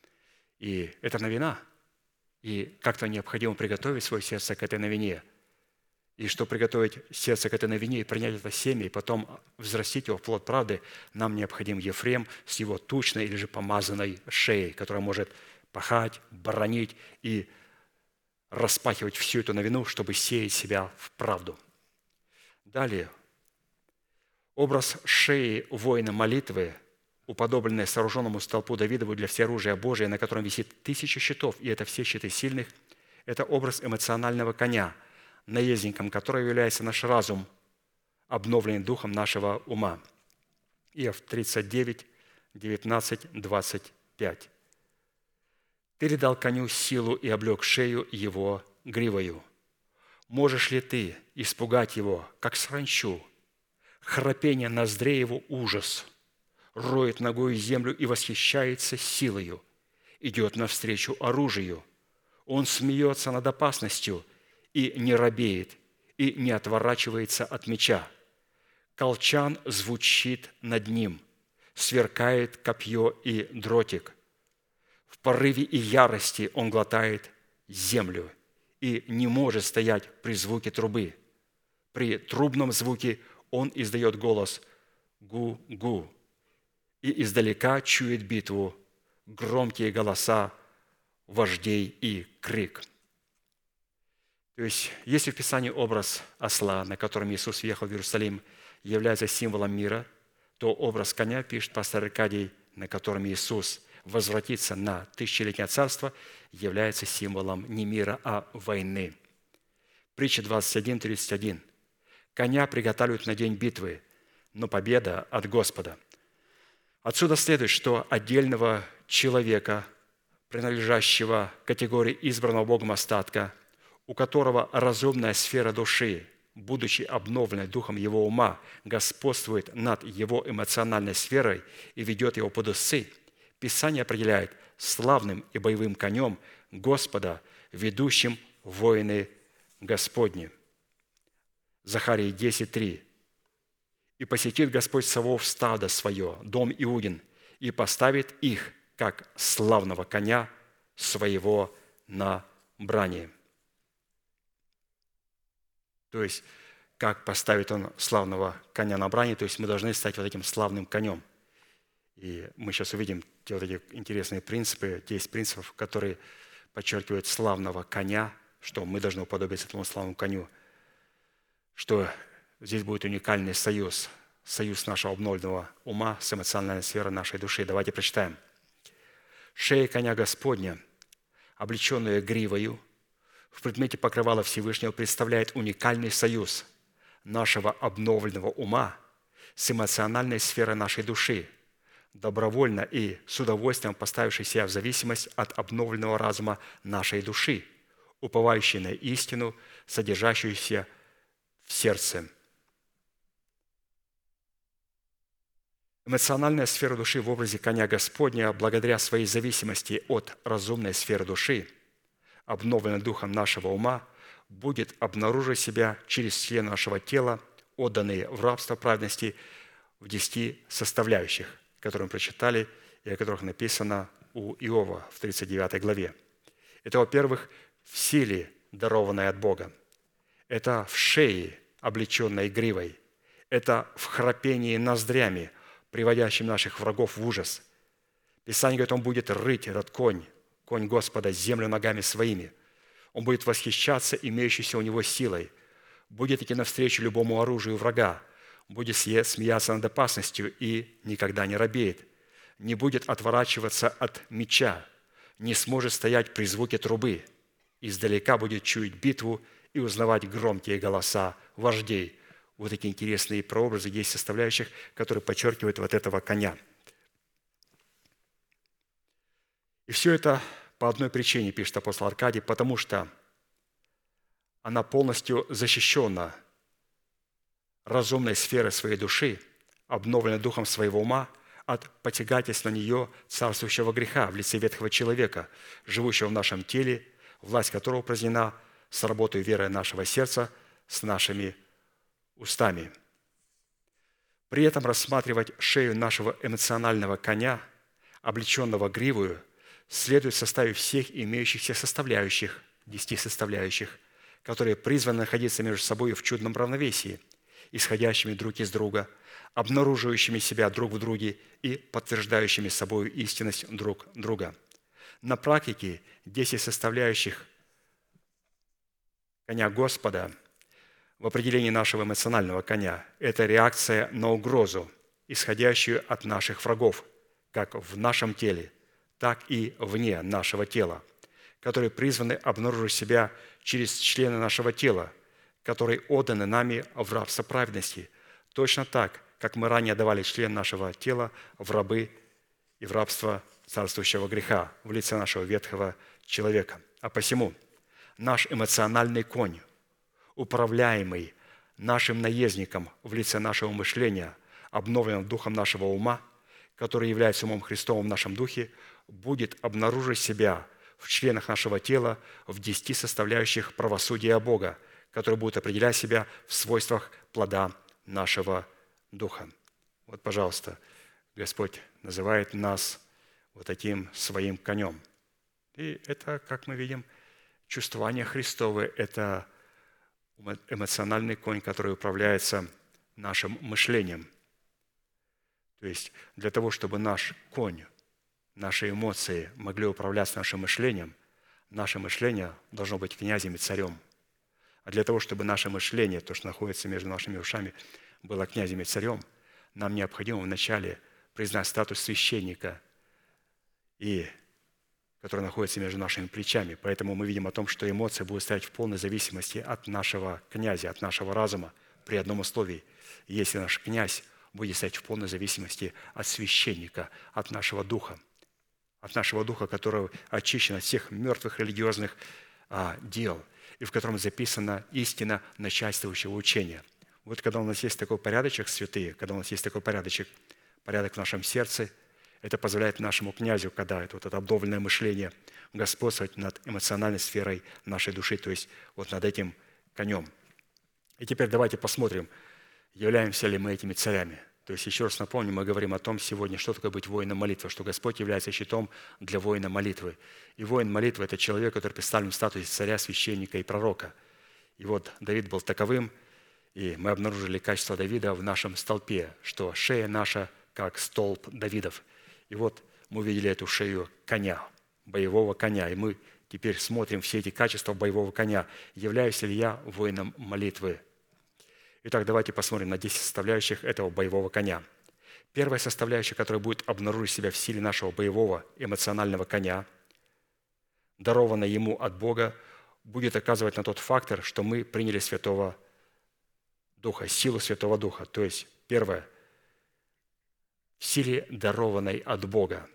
И это новина. И как-то необходимо приготовить свое сердце к этой новине. И чтобы приготовить сердце к этой новине и принять это семя, и потом взрастить его в плод правды, нам необходим Ефрем с его тучной или же помазанной шеей, которая может пахать, боронить и распахивать всю эту новину, чтобы сеять себя в правду. Далее. Образ шеи воина молитвы, уподобленный сооруженному столпу Давидову для всеоружия Божия, на котором висит 1000 щитов, и это все щиты сильных, это образ эмоционального коня, наездником которого является наш разум, обновленный духом нашего ума. Иов 39, 19, 25. «Ты ли дал коню силу и облег шею его гривою? Можешь ли ты испугать его, как саранчу? Храпение ноздрей его ужас, роет ногою землю и восхищается силою, идет навстречу оружию. Он смеется над опасностью и не робеет, и не отворачивается от меча. Колчан звучит над ним, сверкает копье и дротик. В порыве и ярости он глотает землю и не может стоять при звуке трубы. При трубном звуке он издает голос «гу-гу» и издалека чует битву, громкие голоса вождей и крик». То есть, если в Писании образ осла, на котором Иисус въехал в Иерусалим, является символом мира, то образ коня, пишет пастор Аркадий, на котором Иисус возвратится на тысячелетнее царство, является символом не мира, а войны. Притча 21:31. «Коня приготавливают на день битвы, но победа от Господа». Отсюда следует, что отдельного человека, принадлежащего категории избранного Богом остатка, у которого разумная сфера души, будучи обновленной духом его ума, господствует над его эмоциональной сферой и ведет его под усы, Писание определяет славным и боевым конем Господа, ведущим воины Господни. Захарии 10:3. И посетит Господь Саваоф стадо свое, дом Иудин, и поставит их, как славного коня своего на брани». То есть, как поставит он славного коня на брани, то есть мы должны стать вот этим славным конем. И мы сейчас увидим те вот эти интересные принципы, 10 принципов, которые подчеркивают славного коня, что мы должны уподобиться этому славному коню, что здесь будет уникальный союз нашего обновленного ума с эмоциональной сферой нашей души. Давайте прочитаем. «Шея коня Господня, облеченная гривою, в предмете покрывала Всевышнего, представляет уникальный союз нашего обновленного ума с эмоциональной сферой нашей души, добровольно и с удовольствием поставивший себя в зависимость от обновленного разума нашей души, уповающей на истину, содержащуюся в сердце». Эмоциональная сфера души в образе коня Господня, благодаря своей зависимости от разумной сферы души, обновленной духом нашего ума, будет обнаруживать себя через члены нашего тела, отданные в рабство праведности в 10 составляющих, которые мы прочитали и о которых написано у Иова в 39 главе. Это, во-первых, в силе, дарованной от Бога. Это в шее, облеченной гривой. Это в храпении ноздрями, приводящим наших врагов в ужас. Писание говорит, он будет рыть, этот конь Господа, землю ногами своими. Он будет восхищаться имеющейся у него силой, будет идти навстречу любому оружию врага, будет смеяться над опасностью и никогда не робеет, не будет отворачиваться от меча, не сможет стоять при звуке трубы, издалека будет чуять битву и узнавать громкие голоса вождей. Вот такие интересные прообразы, есть составляющих, которые подчеркивают вот этого коня. И все это по одной причине, пишет апостол Аркадий, потому что она полностью защищена разумной сферой своей души, обновленной духом своего ума от посягательства на нее царствующего греха в лице ветхого человека, живущего в нашем теле, власть которого упразднена с работой веры нашего сердца, с нашими устами. При этом рассматривать шею нашего эмоционального коня, облеченного гривою, следует в составе всех имеющихся составляющих, 10 составляющих, которые призваны находиться между собой в чудном равновесии, исходящими друг из друга, обнаруживающими себя друг в друге и подтверждающими собой истинность друг друга. На практике 10 составляющих коня Господа в определении нашего эмоционального коня – это реакция на угрозу, исходящую от наших врагов, как в нашем теле, так и вне нашего тела, которые призваны обнаружить себя через члены нашего тела, которые отданы нами в рабство праведности, точно так, как мы ранее давали член нашего тела в рабы и в рабство царствующего греха в лице нашего ветхого человека. А посему наш эмоциональный конь, управляемый нашим наездником в лице нашего мышления, обновленным духом нашего ума, который является умом Христовым в нашем духе, будет обнаружить себя в членах нашего тела в 10 составляющих правосудия Бога, которые будут определять себя в свойствах плода нашего духа. Вот, пожалуйста, Господь называет нас вот таким своим конем. И это, как мы видим, чувствование Христовое – это эмоциональный конь, который управляется нашим мышлением. То есть для того, чтобы наш конь, наши эмоции могли управляться нашим мышлением, наше мышление должно быть князем и царем. А для того, чтобы наше мышление, то, что находится между нашими ушами, было князем и царем, нам необходимо вначале признать статус священника, который находится между нашими плечами. Поэтому мы видим о том, что эмоции будут стоять в полной зависимости от нашего князя, от нашего разума при одном условии. Если наш князь будет стоять в полной зависимости от священника, от нашего духа, который очищен от всех мертвых религиозных дел, и в котором записана истина начальствующего учения. Вот когда у нас есть такой порядочек, святые, когда у нас есть такой порядок в нашем сердце, это позволяет нашему князю, когда это обновленное мышление, господствовать над эмоциональной сферой нашей души, то есть вот над этим конем. И теперь давайте посмотрим. Являемся ли мы этими царями? То есть, еще раз напомню, мы говорим о том сегодня, что такое быть воином молитвы, что Господь является щитом для воина молитвы. И воин молитвы – это человек, который представлен в статусе царя, священника и пророка. И вот Давид был таковым, и мы обнаружили качество Давида в нашем столпе, что шея наша, как столб Давидов. И вот мы увидели эту шею коня, боевого коня, и мы теперь смотрим все эти качества боевого коня. Являюсь ли я воином молитвы? Итак, давайте посмотрим на 10 составляющих этого боевого коня. Первая составляющая, которая будет обнаружить себя в силе нашего боевого эмоционального коня, дарованная ему от Бога, будет оказывать на тот фактор, что мы приняли Святого Духа, силу Святого Духа. То есть, первое, в силе, дарованной от Бога.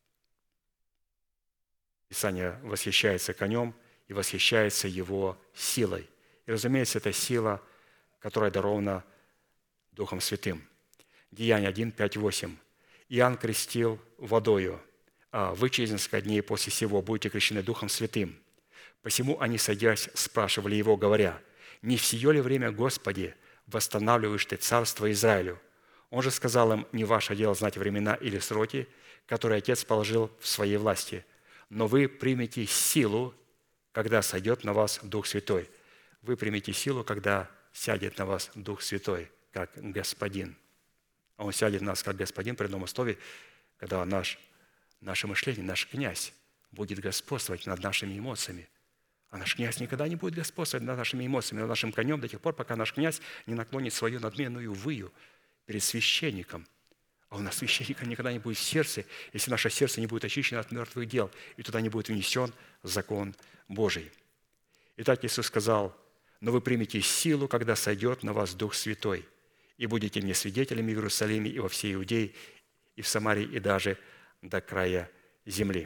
Писание восхищается конем и восхищается его силой. И, разумеется, это сила, которая дарована Духом Святым. Деяния 1, 5, 8. «Иоанн крестил водою, а вы через несколько дней после сего будете крещены Духом Святым. Посему они, садясь, спрашивали его, говоря, не в сие ли время, Господи, восстанавливаешь Ты царство Израилю? Он же сказал им, не ваше дело знать времена или сроки, которые Отец положил в своей власти, но вы примете силу, когда сойдет на вас Дух Святой». Вы примете силу, когда сядет на вас Дух Святой, как Господин. А Он сядет на нас, как Господин, при одном условии, когда наше мышление, наш князь будет господствовать над нашими эмоциями. А наш князь никогда не будет господствовать над нашими эмоциями, над нашим конем до тех пор, пока наш князь не наклонит свою надменную выю перед священником. А у нас священника никогда не будет в сердце, если наше сердце не будет очищено от мертвых дел, и туда не будет внесен закон Божий. Итак, Иисус сказал, «Но вы примете силу, когда сойдет на вас Дух Святой, и будете мне свидетелями в Иерусалиме и во всей Иудее, и в Самарии, и даже до края земли».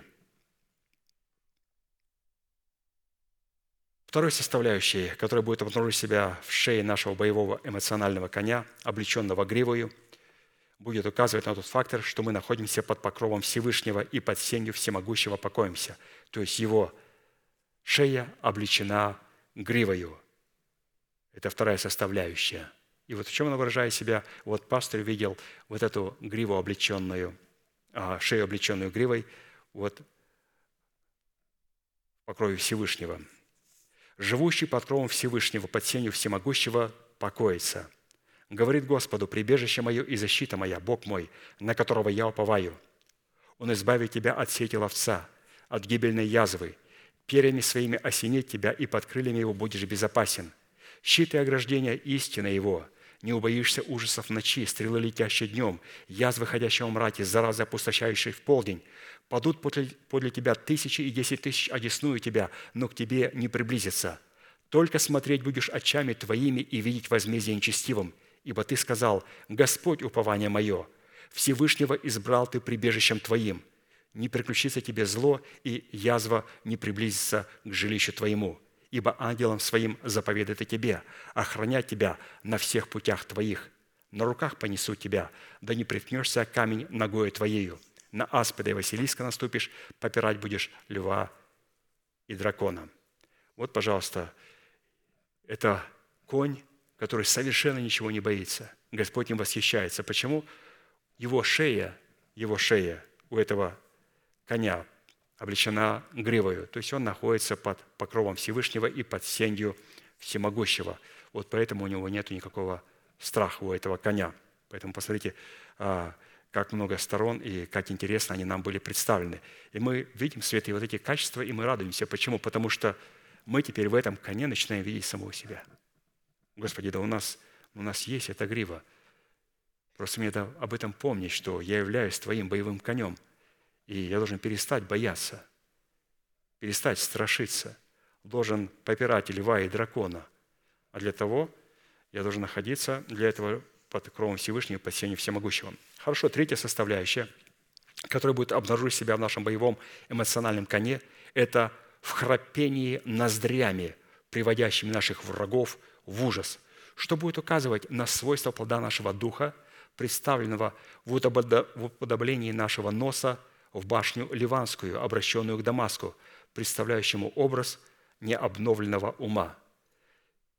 Второй составляющей, которая будет обнаружить себя в шее нашего боевого эмоционального коня, облеченного гривою, будет указывать на тот фактор, что мы находимся под покровом Всевышнего и под сенью Всемогущего покоимся. То есть его шея облечена гривою. Это вторая составляющая. И вот в чем она выражает себя? Вот пастор видел вот эту гриву, облеченную, шею, облеченную гривой, вот в покрове Всевышнего. «Живущий под кровом Всевышнего, под сенью Всемогущего покоится. Говорит Господу, прибежище мое и защита моя, Бог мой, на которого я уповаю. Он избавит тебя от сети ловца, от гибельной язвы. Перьями своими осенит тебя, и под крыльями его будешь безопасен. Щит и ограждение истины его. Не убоишься ужасов ночи, стрелы, летящие днем, язвы, ходящего в мраке, заразы, опустошающие в полдень. Падут подле тебя 1000 и 10 000 одесную тебя, но к тебе не приблизятся. Только смотреть будешь очами твоими и видеть возмездие нечестивым. Ибо ты сказал, Господь, упование мое, Всевышнего избрал ты прибежищем твоим. Не приключится тебе зло, и язва не приблизится к жилищу твоему. Ибо ангелом своим заповедает и тебе, охранять тебя на всех путях твоих. На руках понесут тебя, да не приткнешься камень ногою твоею. На аспида и Василиска наступишь, попирать будешь льва и дракона». Вот, пожалуйста, это конь, который совершенно ничего не боится. Господь им восхищается. Почему? Его шея у этого коня облечена гривою. То есть он находится под покровом Всевышнего и под сенью Всемогущего. Вот поэтому у него нет никакого страха у этого коня. Поэтому посмотрите, как много сторон и как интересно они нам были представлены. И мы видим свет и вот эти качества, и мы радуемся. Почему? Потому что мы теперь в этом коне начинаем видеть самого себя. Господи, да у нас есть эта грива. Просто мне об этом помнить, что я являюсь Твоим боевым конем. И я должен перестать бояться, перестать страшиться. Должен попирать льва и дракона. А для того я должен находиться для этого под кровом Всевышнего, под сенью Всемогущего. Хорошо, третья составляющая, которая будет обнаружить себя в нашем боевом эмоциональном коне, это в храпении ноздрями, приводящими наших врагов в ужас, что будет указывать на свойства плода нашего духа, представленного в уподоблении нашего носа в башню Ливанскую, обращенную к Дамаску, представляющему образ необновленного ума.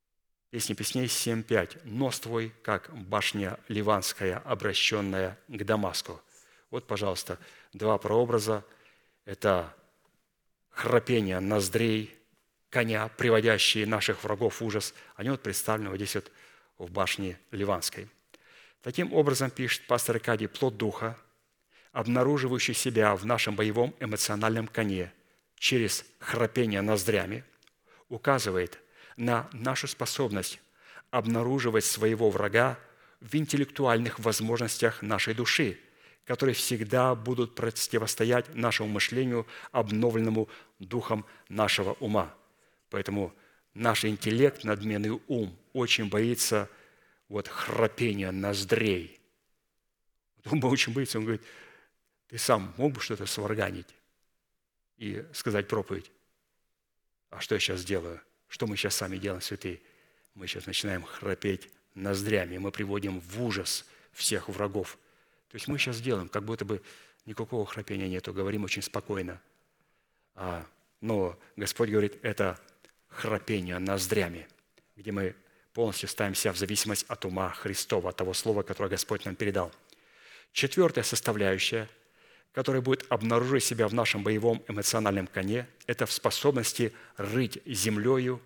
Песни Песней 7:5. «Нос твой, как башня ливанская, обращенная к Дамаску». Вот, пожалуйста, два прообраза. Это храпение ноздрей коня, приводящие наших врагов в ужас. Они вот представлены вот здесь вот в башне ливанской. Таким образом, пишет пастор Аркадий, плод Духа, обнаруживающий себя в нашем боевом эмоциональном коне через храпение ноздрями, указывает на нашу способность обнаруживать своего врага в интеллектуальных возможностях нашей души, которые всегда будут противостоять нашему мышлению, обновленному духом нашего ума. Поэтому наш интеллект, надменный ум, очень боится вот храпения ноздрей. Он очень боится, он говорит, ты сам мог бы что-то сварганить и сказать проповедь? А что я сейчас делаю? Что мы сейчас сами делаем, святые? Мы сейчас начинаем храпеть ноздрями, мы приводим в ужас всех врагов. То есть мы сейчас делаем, как будто бы никакого храпения нету, говорим очень спокойно. Но Господь говорит, это храпение ноздрями, где мы полностью ставим себя в зависимость от ума Христова, от того слова, которое Господь нам передал. Четвертая составляющая, которая будет обнаружить себя в нашем боевом эмоциональном коне, это в способности рыть землю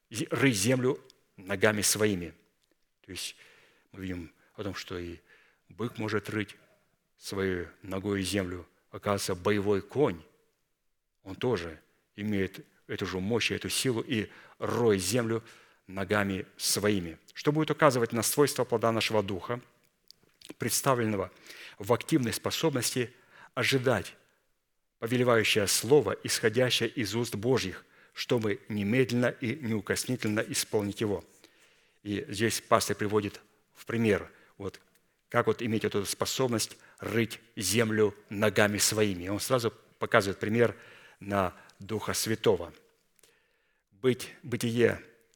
ногами своими. То есть мы видим о том, что и бык может рыть своей ногой землю. Оказывается, боевой конь, он тоже имеет эту же мощь, эту силу и роет землю ногами своими. Что будет указывать на свойства плода нашего духа, представленного в активной способности ожидать повелевающее слово, исходящее из уст Божьих, чтобы немедленно и неукоснительно исполнить его. И здесь пастор приводит в пример, вот как вот иметь эту способность рыть землю ногами своими. И он сразу показывает пример на Духа Святого. Бытие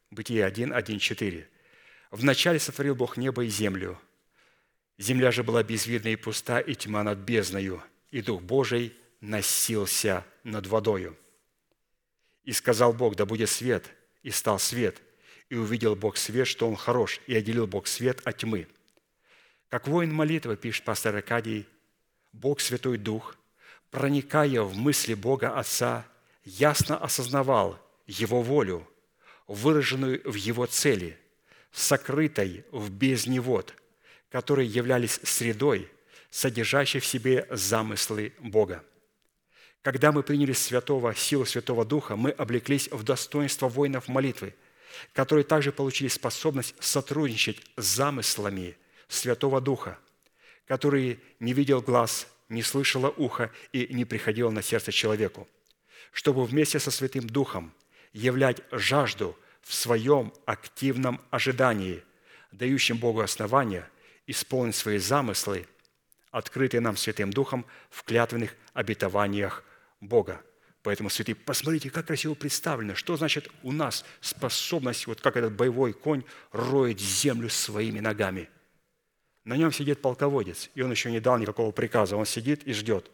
1:1-4. «Вначале сотворил Бог небо и землю. Земля же была безвидна и пуста, и тьма над бездною, и Дух Божий носился над водою. И сказал Бог, да будет свет, и стал свет. И увидел Бог свет, что он хорош, и отделил Бог свет от тьмы». Как воин молитвы, пишет пастор Аркадий, Бог Святой Дух, проникая в мысли Бога Отца, ясно осознавал Его волю, выраженную в Его цели, сокрытой в бездне вод, которые являлись средой, содержащей в себе замыслы Бога. Когда мы приняли силу Святого Духа, мы облеклись в достоинство воинов молитвы, которые также получили способность сотрудничать с замыслами Святого Духа, который не видел глаз, не слышало ухо и не приходило на сердце человеку, чтобы вместе со Святым Духом являть жажду в своем активном ожидании, дающим Богу основания исполнить свои замыслы, открытые нам Святым Духом в клятвенных обетованиях Бога. Поэтому, святые, посмотрите, как красиво представлено, что значит у нас способность, вот как этот боевой конь роет землю своими ногами. На нем сидит полководец, и он еще не дал никакого приказа, он сидит и ждет.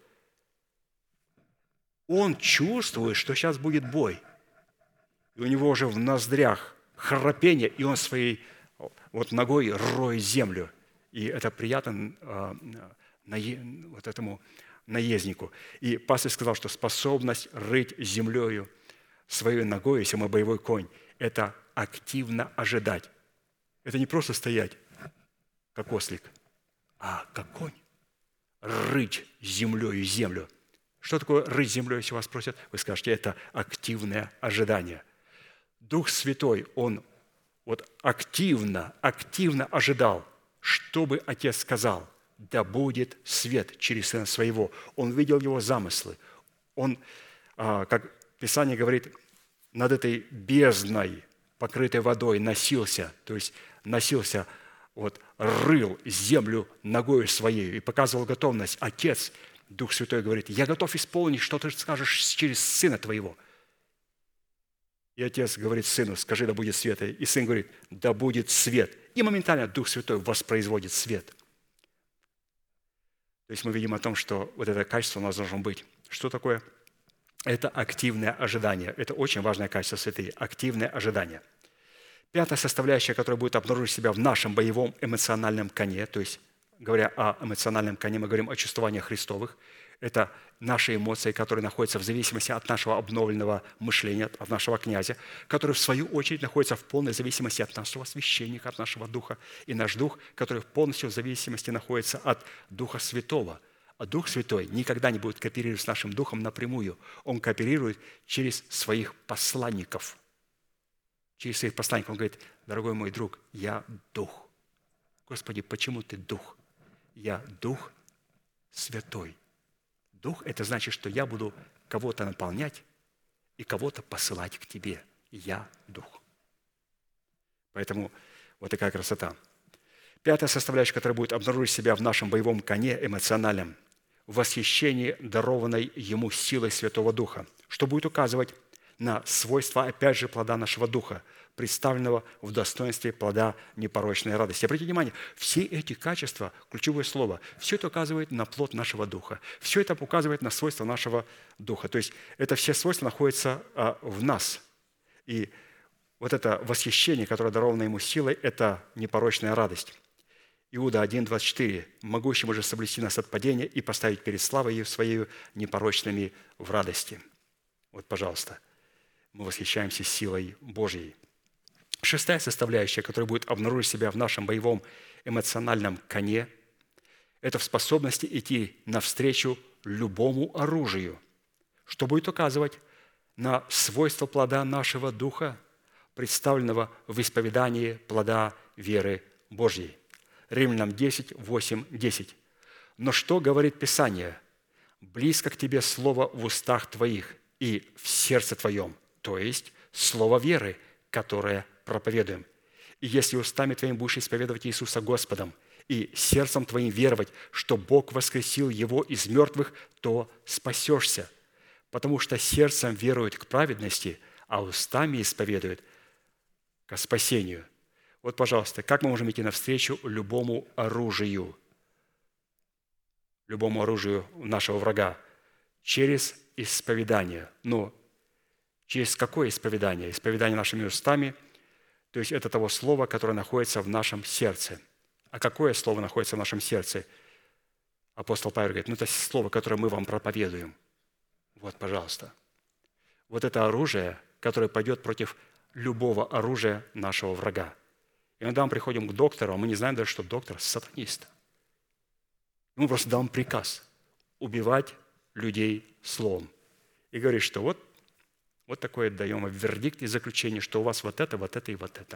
Он чувствует, что сейчас будет бой, и у него уже в ноздрях храпение, и он своей вот ногой роет землю. И это приятно вот этому наезднику. И пастор сказал, что способность рыть землею своей ногой, если мы боевой конь, это активно ожидать. Это не просто стоять, как ослик, а как конь. Рыть землею землю. Что такое рыть землю, если вас спросят? Вы скажете, это активное ожидание. Дух Святой, Он вот активно ожидал, чтобы Отец сказал, да будет свет через Сына Своего. Он видел Его замыслы. Он, как Писание говорит, над этой бездной, покрытой водой, носился, то есть носился, вот, рыл землю ногою своей и показывал готовность. Отец, Дух Святой говорит, я готов исполнить, что ты скажешь через Сына Твоего. И Отец говорит Сыну, скажи, да будет свет. И Сын говорит, да будет свет. И моментально Дух Святой воспроизводит свет. То есть мы видим о том, что вот это качество у нас должно быть. Что такое? Это активное ожидание. Это очень важное качество, святые. Активное ожидание. Пятая составляющая, которая будет обнаружить себя в нашем боевом эмоциональном коне, то есть, говоря о эмоциональном коне, мы говорим о чувствованиях Христовых, это наши эмоции, которые находятся в зависимости от нашего обновленного мышления, от нашего князя, который, в свою очередь, находится в полной зависимости от нашего священника, от нашего духа, и наш дух, который полностью в зависимости находится от Духа Святого. А Дух Святой никогда не будет кооперировать с нашим духом напрямую. Он кооперирует через своих посланников. Через своих посланников он говорит: дорогой мой друг, я Дух. Господи, почему ты Дух? Я Дух Святой. Дух – это значит, что я буду кого-то наполнять и кого-то посылать к тебе. Я Дух. Поэтому вот такая красота. Пятая составляющая, которая будет обнаружить себя в нашем боевом коне эмоциональном, в восхищении, дарованной ему силой Святого Духа, что будет указывать на свойства, опять же, плода нашего Духа, представленного в достоинстве плода непорочной радости. Обратите внимание, все эти качества, ключевое слово, все это указывает на плод нашего Духа. Все это указывает на свойства нашего Духа. То есть это все свойства находятся в нас. И вот это восхищение, которое даровано ему силой, это непорочная радость. Иуда 1:24. «Могущему же соблюсти нас от падения и поставить перед славой своей непорочными в радости». Вот, пожалуйста, мы восхищаемся силой Божьей. Шестая составляющая, которая будет обнаружить себя в нашем боевом эмоциональном коне, это в способности идти навстречу любому оружию, что будет указывать на свойства плода нашего Духа, представленного в исповедании плода веры Божьей. Римлянам 10:8-10. «Но что говорит Писание? Близко к тебе слово в устах твоих и в сердце твоем, то есть слово веры, которое проповедуем. И если устами твоими будешь исповедовать Иисуса Господом и сердцем твоим веровать, что Бог воскресил Его из мертвых, то спасешься. Потому что сердцем веруют к праведности, а устами исповедуют к спасению». Вот, пожалуйста, как мы можем идти навстречу любому оружию нашего врага? Через исповедание. Но через какое исповедание? Исповедание нашими устами, то есть это того слова, которое находится в нашем сердце. А какое слово находится в нашем сердце? Апостол Павел говорит: это слово, которое мы вам проповедуем. Вот, пожалуйста. Вот это оружие, которое пойдет против любого оружия нашего врага. Иногда мы приходим к доктору, а мы не знаем даже, что доктор сатанист. Ему просто дал приказ убивать людей словом. И говорит, что вот такое даем вердикт и заключение, что у вас вот это и вот это.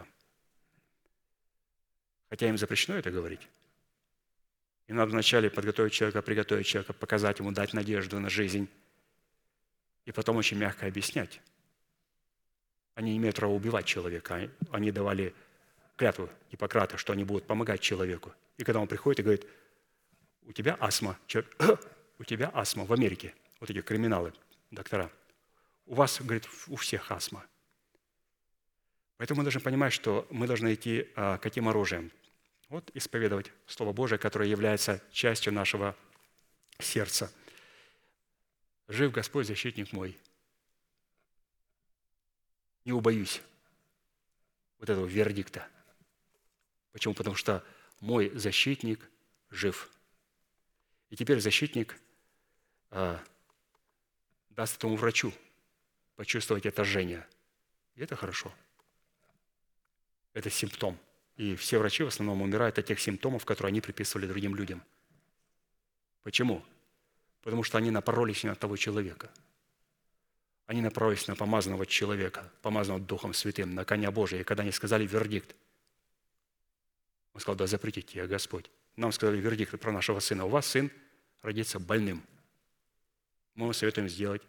Хотя им запрещено это говорить. И надо вначале подготовить человека, приготовить человека, показать ему, дать надежду на жизнь. И потом очень мягко объяснять. Они не имеют права убивать человека. Они давали клятву Гиппократа, что они будут помогать человеку. И когда он приходит и говорит: у тебя астма. Человек: у тебя астма. В Америке вот эти криминалы, доктора. У вас, говорит, у всех астма. Поэтому мы должны понимать, что мы должны идти каким оружием? Вот исповедовать Слово Божие, которое является частью нашего сердца. «Жив Господь, защитник мой». Не убоюсь вот этого вердикта. Почему? Потому что мой защитник жив. И теперь защитник даст этому врачу почувствовать это жжение. И это хорошо. Это симптом. И все врачи в основном умирают от тех симптомов, которые они приписывали другим людям. Почему? Потому что они напоролись не на того человека. Они напоролись на помазанного человека, помазанного Духом Святым, на коня Божия. И когда они сказали вердикт, он сказал: да запретите тебя Господь. Нам сказали вердикт про нашего сына. У вас сын родится больным. Мы вам советуем сделать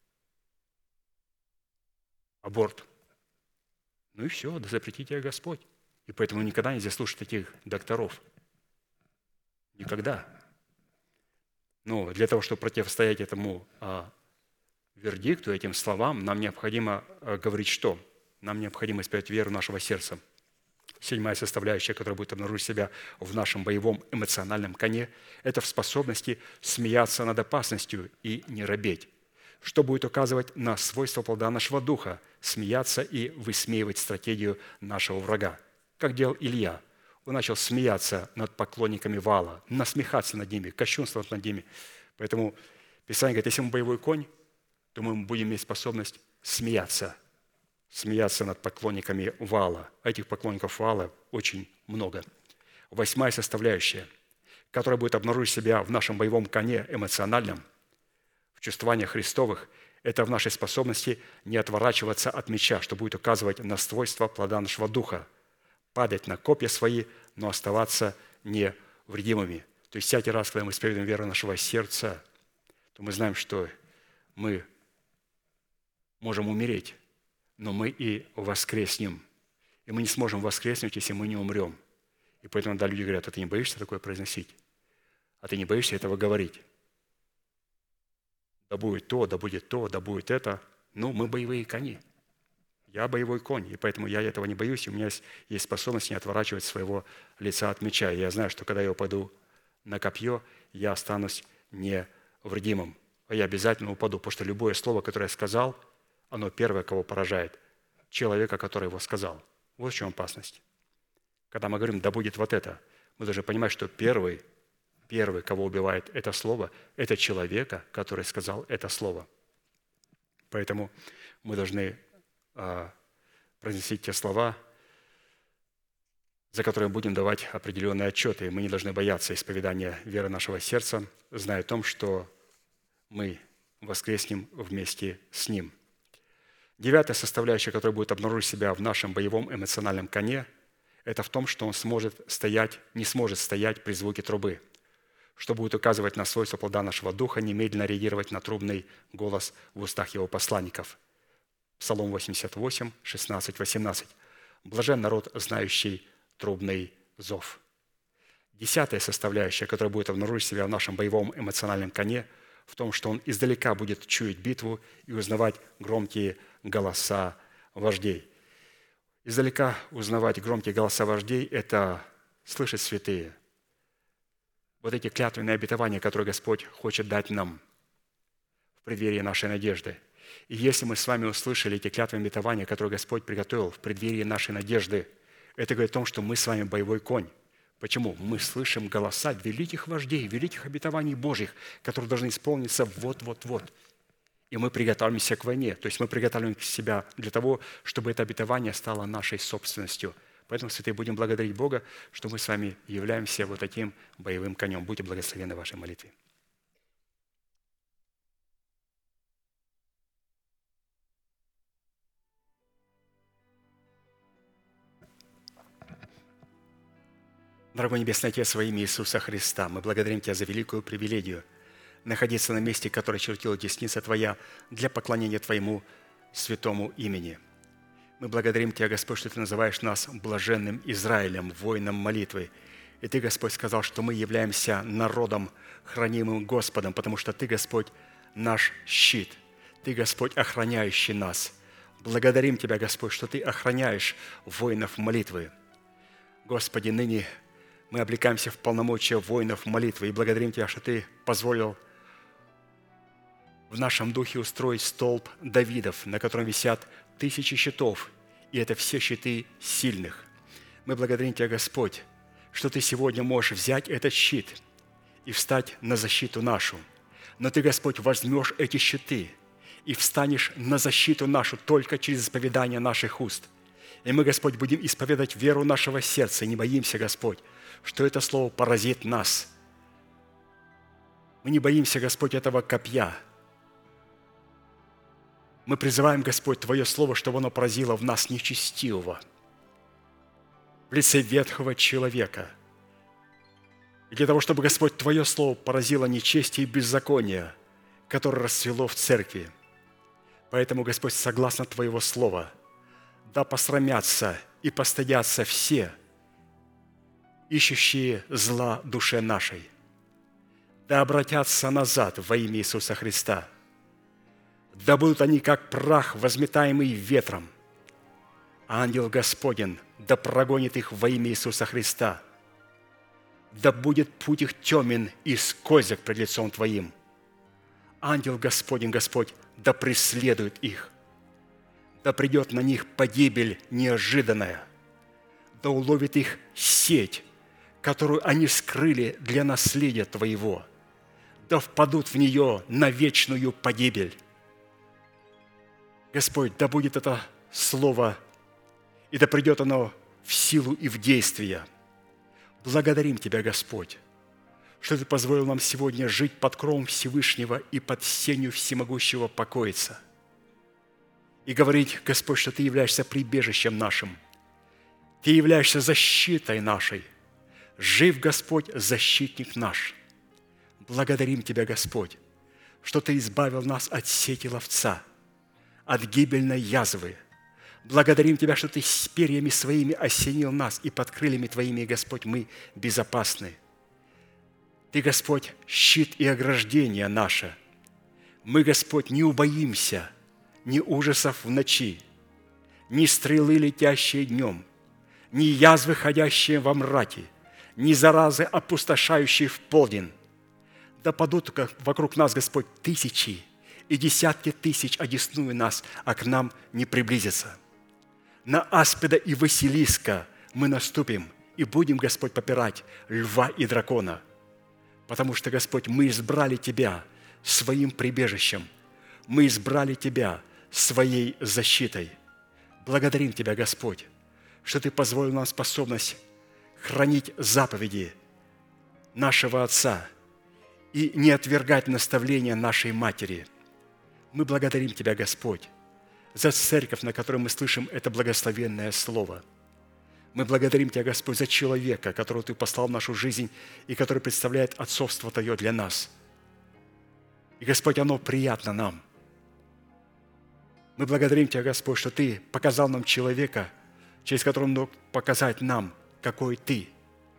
аборт. Ну и все, да запретите тебя Господь. И поэтому никогда нельзя слушать таких докторов. Никогда. Но для того, чтобы противостоять этому вердикту, этим словам, нам необходимо говорить что? Нам необходимо исповедать веру нашего сердца. Седьмая составляющая, которая будет обнаружить себя в нашем боевом эмоциональном коне, это в способности смеяться над опасностью и не робеть. что будет указывать на свойства плода нашего духа, смеяться и высмеивать стратегию нашего врага. Как делал Илья. Он начал смеяться над поклонниками Ваала, насмехаться над ними, кощунствовать над ними. Поэтому Писание говорит, если мы боевой конь, то мы будем иметь способность смеяться над поклонниками Ваала. А этих поклонников Ваала очень много. 8 составляющая, которая будет обнаружить себя в нашем боевом коне эмоциональном, в чувствованиях Христовых, это в нашей способности не отворачиваться от меча, что будет указывать на свойства плода нашего духа, падать на копья свои, но оставаться невредимыми. То есть всякий раз, когда мы исповедуем веру нашего сердца, то мы знаем, что мы можем умереть, но мы и воскреснем. И мы не сможем воскреснуть, если мы не умрем. И поэтому, когда люди говорят, а ты не боишься такое произносить? А ты не боишься этого говорить? Да будет то, да будет то, да будет это. Ну, мы боевые кони. Я боевой конь, и поэтому я этого не боюсь, и у меня есть способность не отворачивать своего лица от меча. И я знаю, что когда я упаду на копье, я останусь невредимым. А я обязательно упаду, потому что любое слово, которое я сказал, оно первое, кого поражает. Человека, который его сказал. Вот в чем опасность. Когда мы говорим «да будет вот это», мы должны понимать, что первый, кого убивает это слово, это человека, который сказал это слово. Поэтому мы должны произносить те слова, за которые будем давать определенные отчеты. И мы не должны бояться исповедания веры нашего сердца, зная о том, что мы воскреснем вместе с Ним. 9 составляющая, которая будет обнаружить себя в нашем боевом эмоциональном коне, это в том, что он не сможет стоять при звуке трубы, что будет указывать на свойство плода нашего духа, немедленно реагировать на трубный голос в устах его посланников. Псалом 88, 16, 18. «Блажен народ, знающий трубный зов». 10 составляющая, которая будет обнаружить себя в нашем боевом эмоциональном коне, в том, что он издалека будет чуять битву и узнавать громкие голоса вождей. Издалека узнавать громкие голоса вождей – это слышать святые. Вот эти клятвенные обетования, которые Господь хочет дать нам в преддверии нашей надежды. И если мы с вами услышали эти клятвенные обетования, которые Господь приготовил в преддверии нашей надежды, это говорит о том, что мы с вами боевой конь. Почему? Мы слышим голоса великих вождей, великих обетований Божьих, которые должны исполниться вот-вот-вот. И мы приготовимся к войне. То есть мы приготовим себя для того, чтобы это обетование стало нашей собственностью. Поэтому, святые, будем благодарить Бога, что мы с вами являемся вот таким боевым конем. Будьте благословенны в вашей молитве. Дорогой Небесный Отец, во имя Иисуса Христа, мы благодарим Тебя за великую привилегию находиться на месте, которое чертила десница Твоя для поклонения Твоему святому имени. Мы благодарим Тебя, Господь, что Ты называешь нас блаженным Израилем, воином молитвы. И Ты, Господь, сказал, что мы являемся народом, хранимым Господом, потому что Ты, Господь, наш щит. Ты, Господь, охраняющий нас. Благодарим Тебя, Господь, что Ты охраняешь воинов молитвы. Господи, ныне мы облекаемся в полномочия воинов молитвы и благодарим Тебя, что Ты позволил в нашем духе устроить столб Давидов, на котором висят 1000 щитов, и это все щиты сильных. Мы благодарим Тебя, Господь, что Ты сегодня можешь взять этот щит и встать на защиту нашу. Но Ты, Господь, возьмешь эти щиты и встанешь на защиту нашу только через исповедание наших уст. И мы, Господь, будем исповедать веру нашего сердца, и не боимся, Господь, что это слово поразит нас. Мы не боимся, Господь, этого копья. Мы призываем, Господь, Твое слово, чтобы оно поразило в нас нечестивого, в лице ветхого человека. И для того, чтобы, Господь, Твое слово поразило нечестие и беззаконие, которое расцвело в церкви. Поэтому, Господь, согласно Твоего слова, да посрамятся и постыдятся все, ищущие зла душе нашей. Да обратятся назад во имя Иисуса Христа. Да будут они, как прах, возметаемый ветром. Ангел Господень да прогонит их во имя Иисуса Христа. Да будет путь их темен и скользок пред лицом Твоим. Ангел Господень, Господь, да преследует их, да придет на них погибель неожиданная, да уловит их сеть, которую они скрыли для наследия Твоего, да впадут в нее на вечную погибель. Господь, да будет это слово, и да придет оно в силу и в действие. Благодарим Тебя, Господь, что Ты позволил нам сегодня жить под кровом Всевышнего и под сенью Всемогущего покоиться. И говорить, Господь, что Ты являешься прибежищем нашим, Ты являешься защитой нашей. Жив, Господь, защитник наш. Благодарим Тебя, Господь, что Ты избавил нас от сети ловца, от гибельной язвы. Благодарим Тебя, что Ты с перьями Своими осенил нас, и под крыльями Твоими, Господь, мы безопасны. Ты, Господь, щит и ограждение наше. Мы, Господь, не убоимся ни ужасов в ночи, ни стрелы, летящие днем, ни язвы, ходящие во мраке, ни заразы, опустошающие в полдень. Да падут вокруг нас, Господь, тысячи и десятки тысяч одесную нас, а к нам не приблизится. На аспида и Василиска мы наступим и будем, Господь, попирать льва и дракона, потому что, Господь, мы избрали Тебя своим прибежищем, мы избрали Тебя своей защитой. Благодарим Тебя, Господь, что Ты позволил нам способность хранить заповеди нашего Отца и не отвергать наставления нашей Матери. Мы благодарим Тебя, Господь, за церковь, на которой мы слышим это благословенное Слово. Мы благодарим Тебя, Господь, за человека, которого Ты послал в нашу жизнь и который представляет отцовство Твое для нас. И, Господь, оно приятно нам. Мы благодарим Тебя, Господь, что Ты показал нам человека, через которого Он мог показать нам, какой Ты.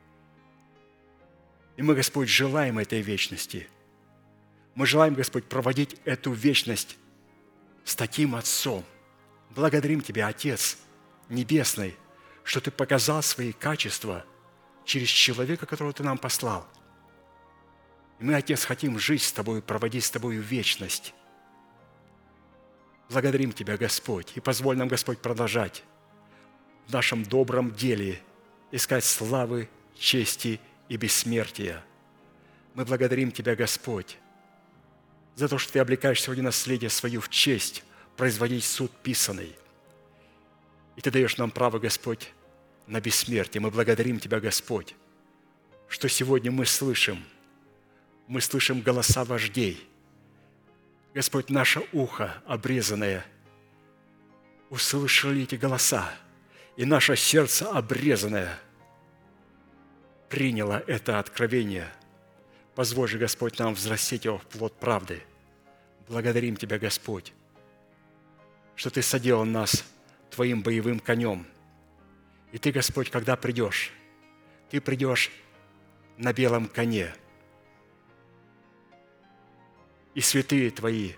И мы, Господь, желаем этой вечности. Мы желаем, Господь, проводить эту вечность с таким Отцом. Благодарим Тебя, Отец Небесный, что Ты показал свои качества через человека, которого Ты нам послал. И мы, Отец, хотим жить с Тобой, проводить с Тобой вечность. Благодарим Тебя, Господь, и позволь нам, Господь, продолжать в нашем добром деле искать славы, чести и бессмертия. Мы благодарим Тебя, Господь, за то, что Ты облекаешь сегодня наследие свое в честь производить суд писанный. И Ты даешь нам право, Господь, на бессмертие. Мы благодарим Тебя, Господь, что сегодня мы слышим голоса вождей. Господь, наше ухо обрезанное услышали эти голоса, и наше сердце обрезанное приняло это откровение. Позволь же, Господь, нам взрастить его в плод правды. Благодарим Тебя, Господь, что Ты соделал нас Твоим боевым конем. И Ты, Господь, когда придешь, Ты придешь на белом коне. И святые Твои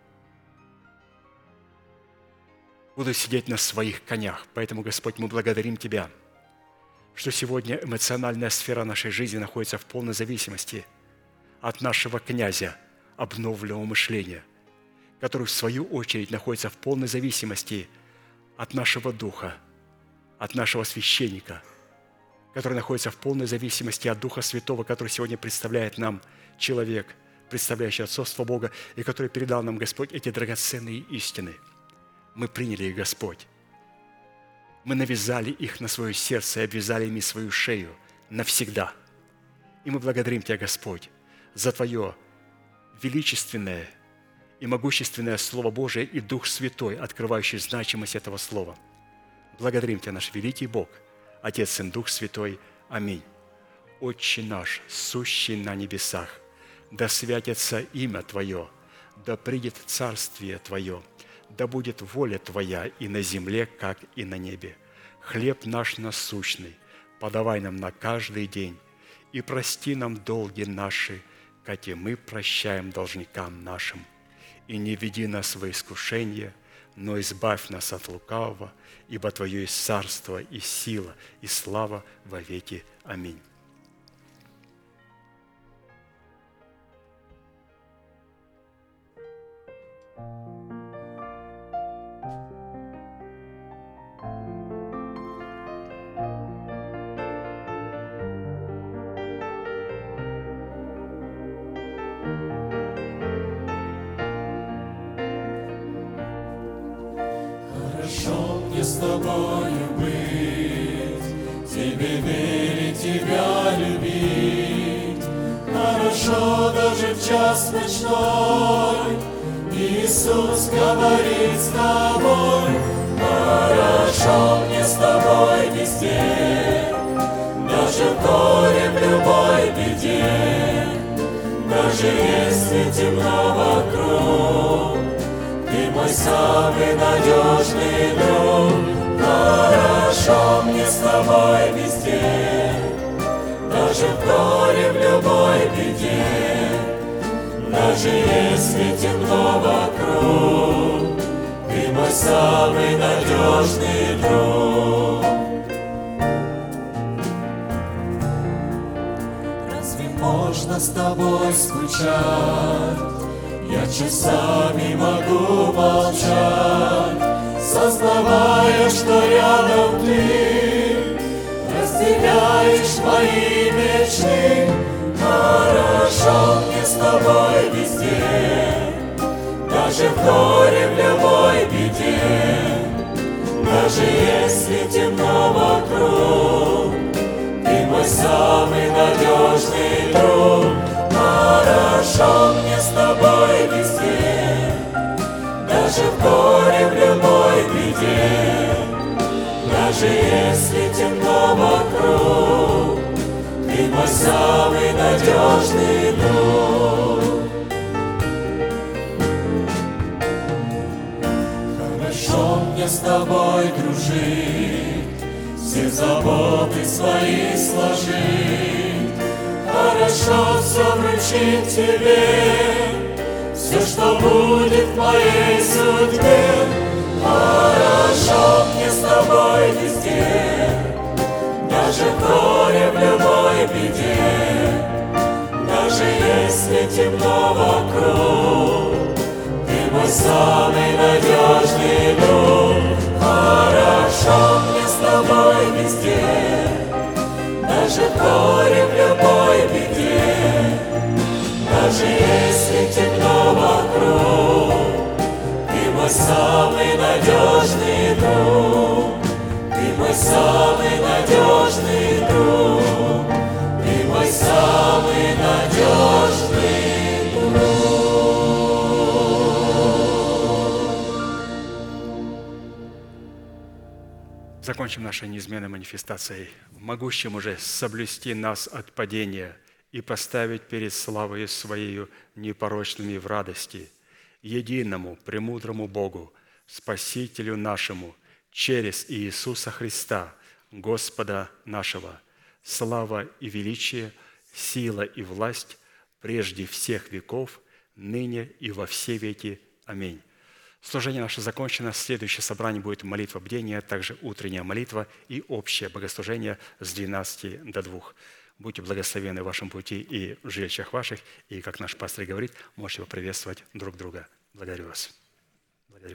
будут сидеть на своих конях. Поэтому, Господь, мы благодарим Тебя, что сегодня эмоциональная сфера нашей жизни находится в полной зависимости от нашего князя обновленного мышления, который, в свою очередь, находится в полной зависимости от нашего духа, от нашего священника, который находится в полной зависимости от Духа Святого, который сегодня представляет нам человек, представляющий отцовство Бога, и который передал нам, Господь, эти драгоценные истины. Мы приняли их, Господь. Мы навязали их на свое сердце и обвязали ими свою шею навсегда. И мы благодарим Тебя, Господь, за Твое величественное и могущественное Слово Божие и Дух Святой, открывающий значимость этого Слова. Благодарим Тебя, наш великий Бог, Отец, Сын, Дух Святой. Аминь. Отче наш, сущий на небесах, да святится имя Твое, да придет царствие Твое, да будет воля Твоя и на земле, как и на небе. Хлеб наш насущный подавай нам на каждый день, и прости нам долги наши, как и мы прощаем должникам нашим. И не веди нас во искушение, но избавь нас от лукавого, ибо Твое есть царство и сила и слава во веки. Аминь. с тобою быть, тебе верить, тебя любить. Хорошо даже в час ночной Иисус говорит с тобой. Хорошо мне с тобой везде, даже в горе, в любой беде. Даже если темно вокруг, ты мой самый надежный друг. Хорошо мне с тобой везде, даже в горе, в любой беде. Даже если темно вокруг, ты мой самый надежный друг. Разве можно с тобой скучать? Я часами могу молчать, сознавая, что рядом ты разделяешь мои мечты. Хорошо мне с тобой везде, даже в горе, в любой беде. Даже если темно вокруг, ты мой самый надежный друг. Хорошо мне с тобой везде, даже в горе, в любой беде. Даже если темно вокруг, ты мой самый надежный друг. Хорошо мне с тобой дружить, все заботы свои сложить. Хорошо все вручить тебе, все, что будет в моей судьбе. Хорошо мне с тобой везде, даже в горе, в любой беде. Даже если темно вокруг, ты мой самый надежный друг. Хорошо мне с тобой везде, даже в горе, в любой беде. Даже если темно вокруг, ты мой самый надежный друг. Ты мой самый надежный друг. Ты мой самый надежный друг. Закончим нашей неизменной манифестацией, могущим уже соблюсти нас от падения и поставить перед славою Своею непорочными в радости, единому, премудрому Богу, Спасителю нашему, через Иисуса Христа, Господа нашего, слава и величие, сила и власть прежде всех веков, ныне и во все веки. Аминь. Служение наше закончено. Следующее собрание будет молитва бдения, также утренняя молитва и общее богослужение с 12 до 2. Будьте благословенны в вашем пути и в жилищах ваших. И, как наш пастор говорит, можете поприветствовать друг друга. Благодарю вас. Благодарю.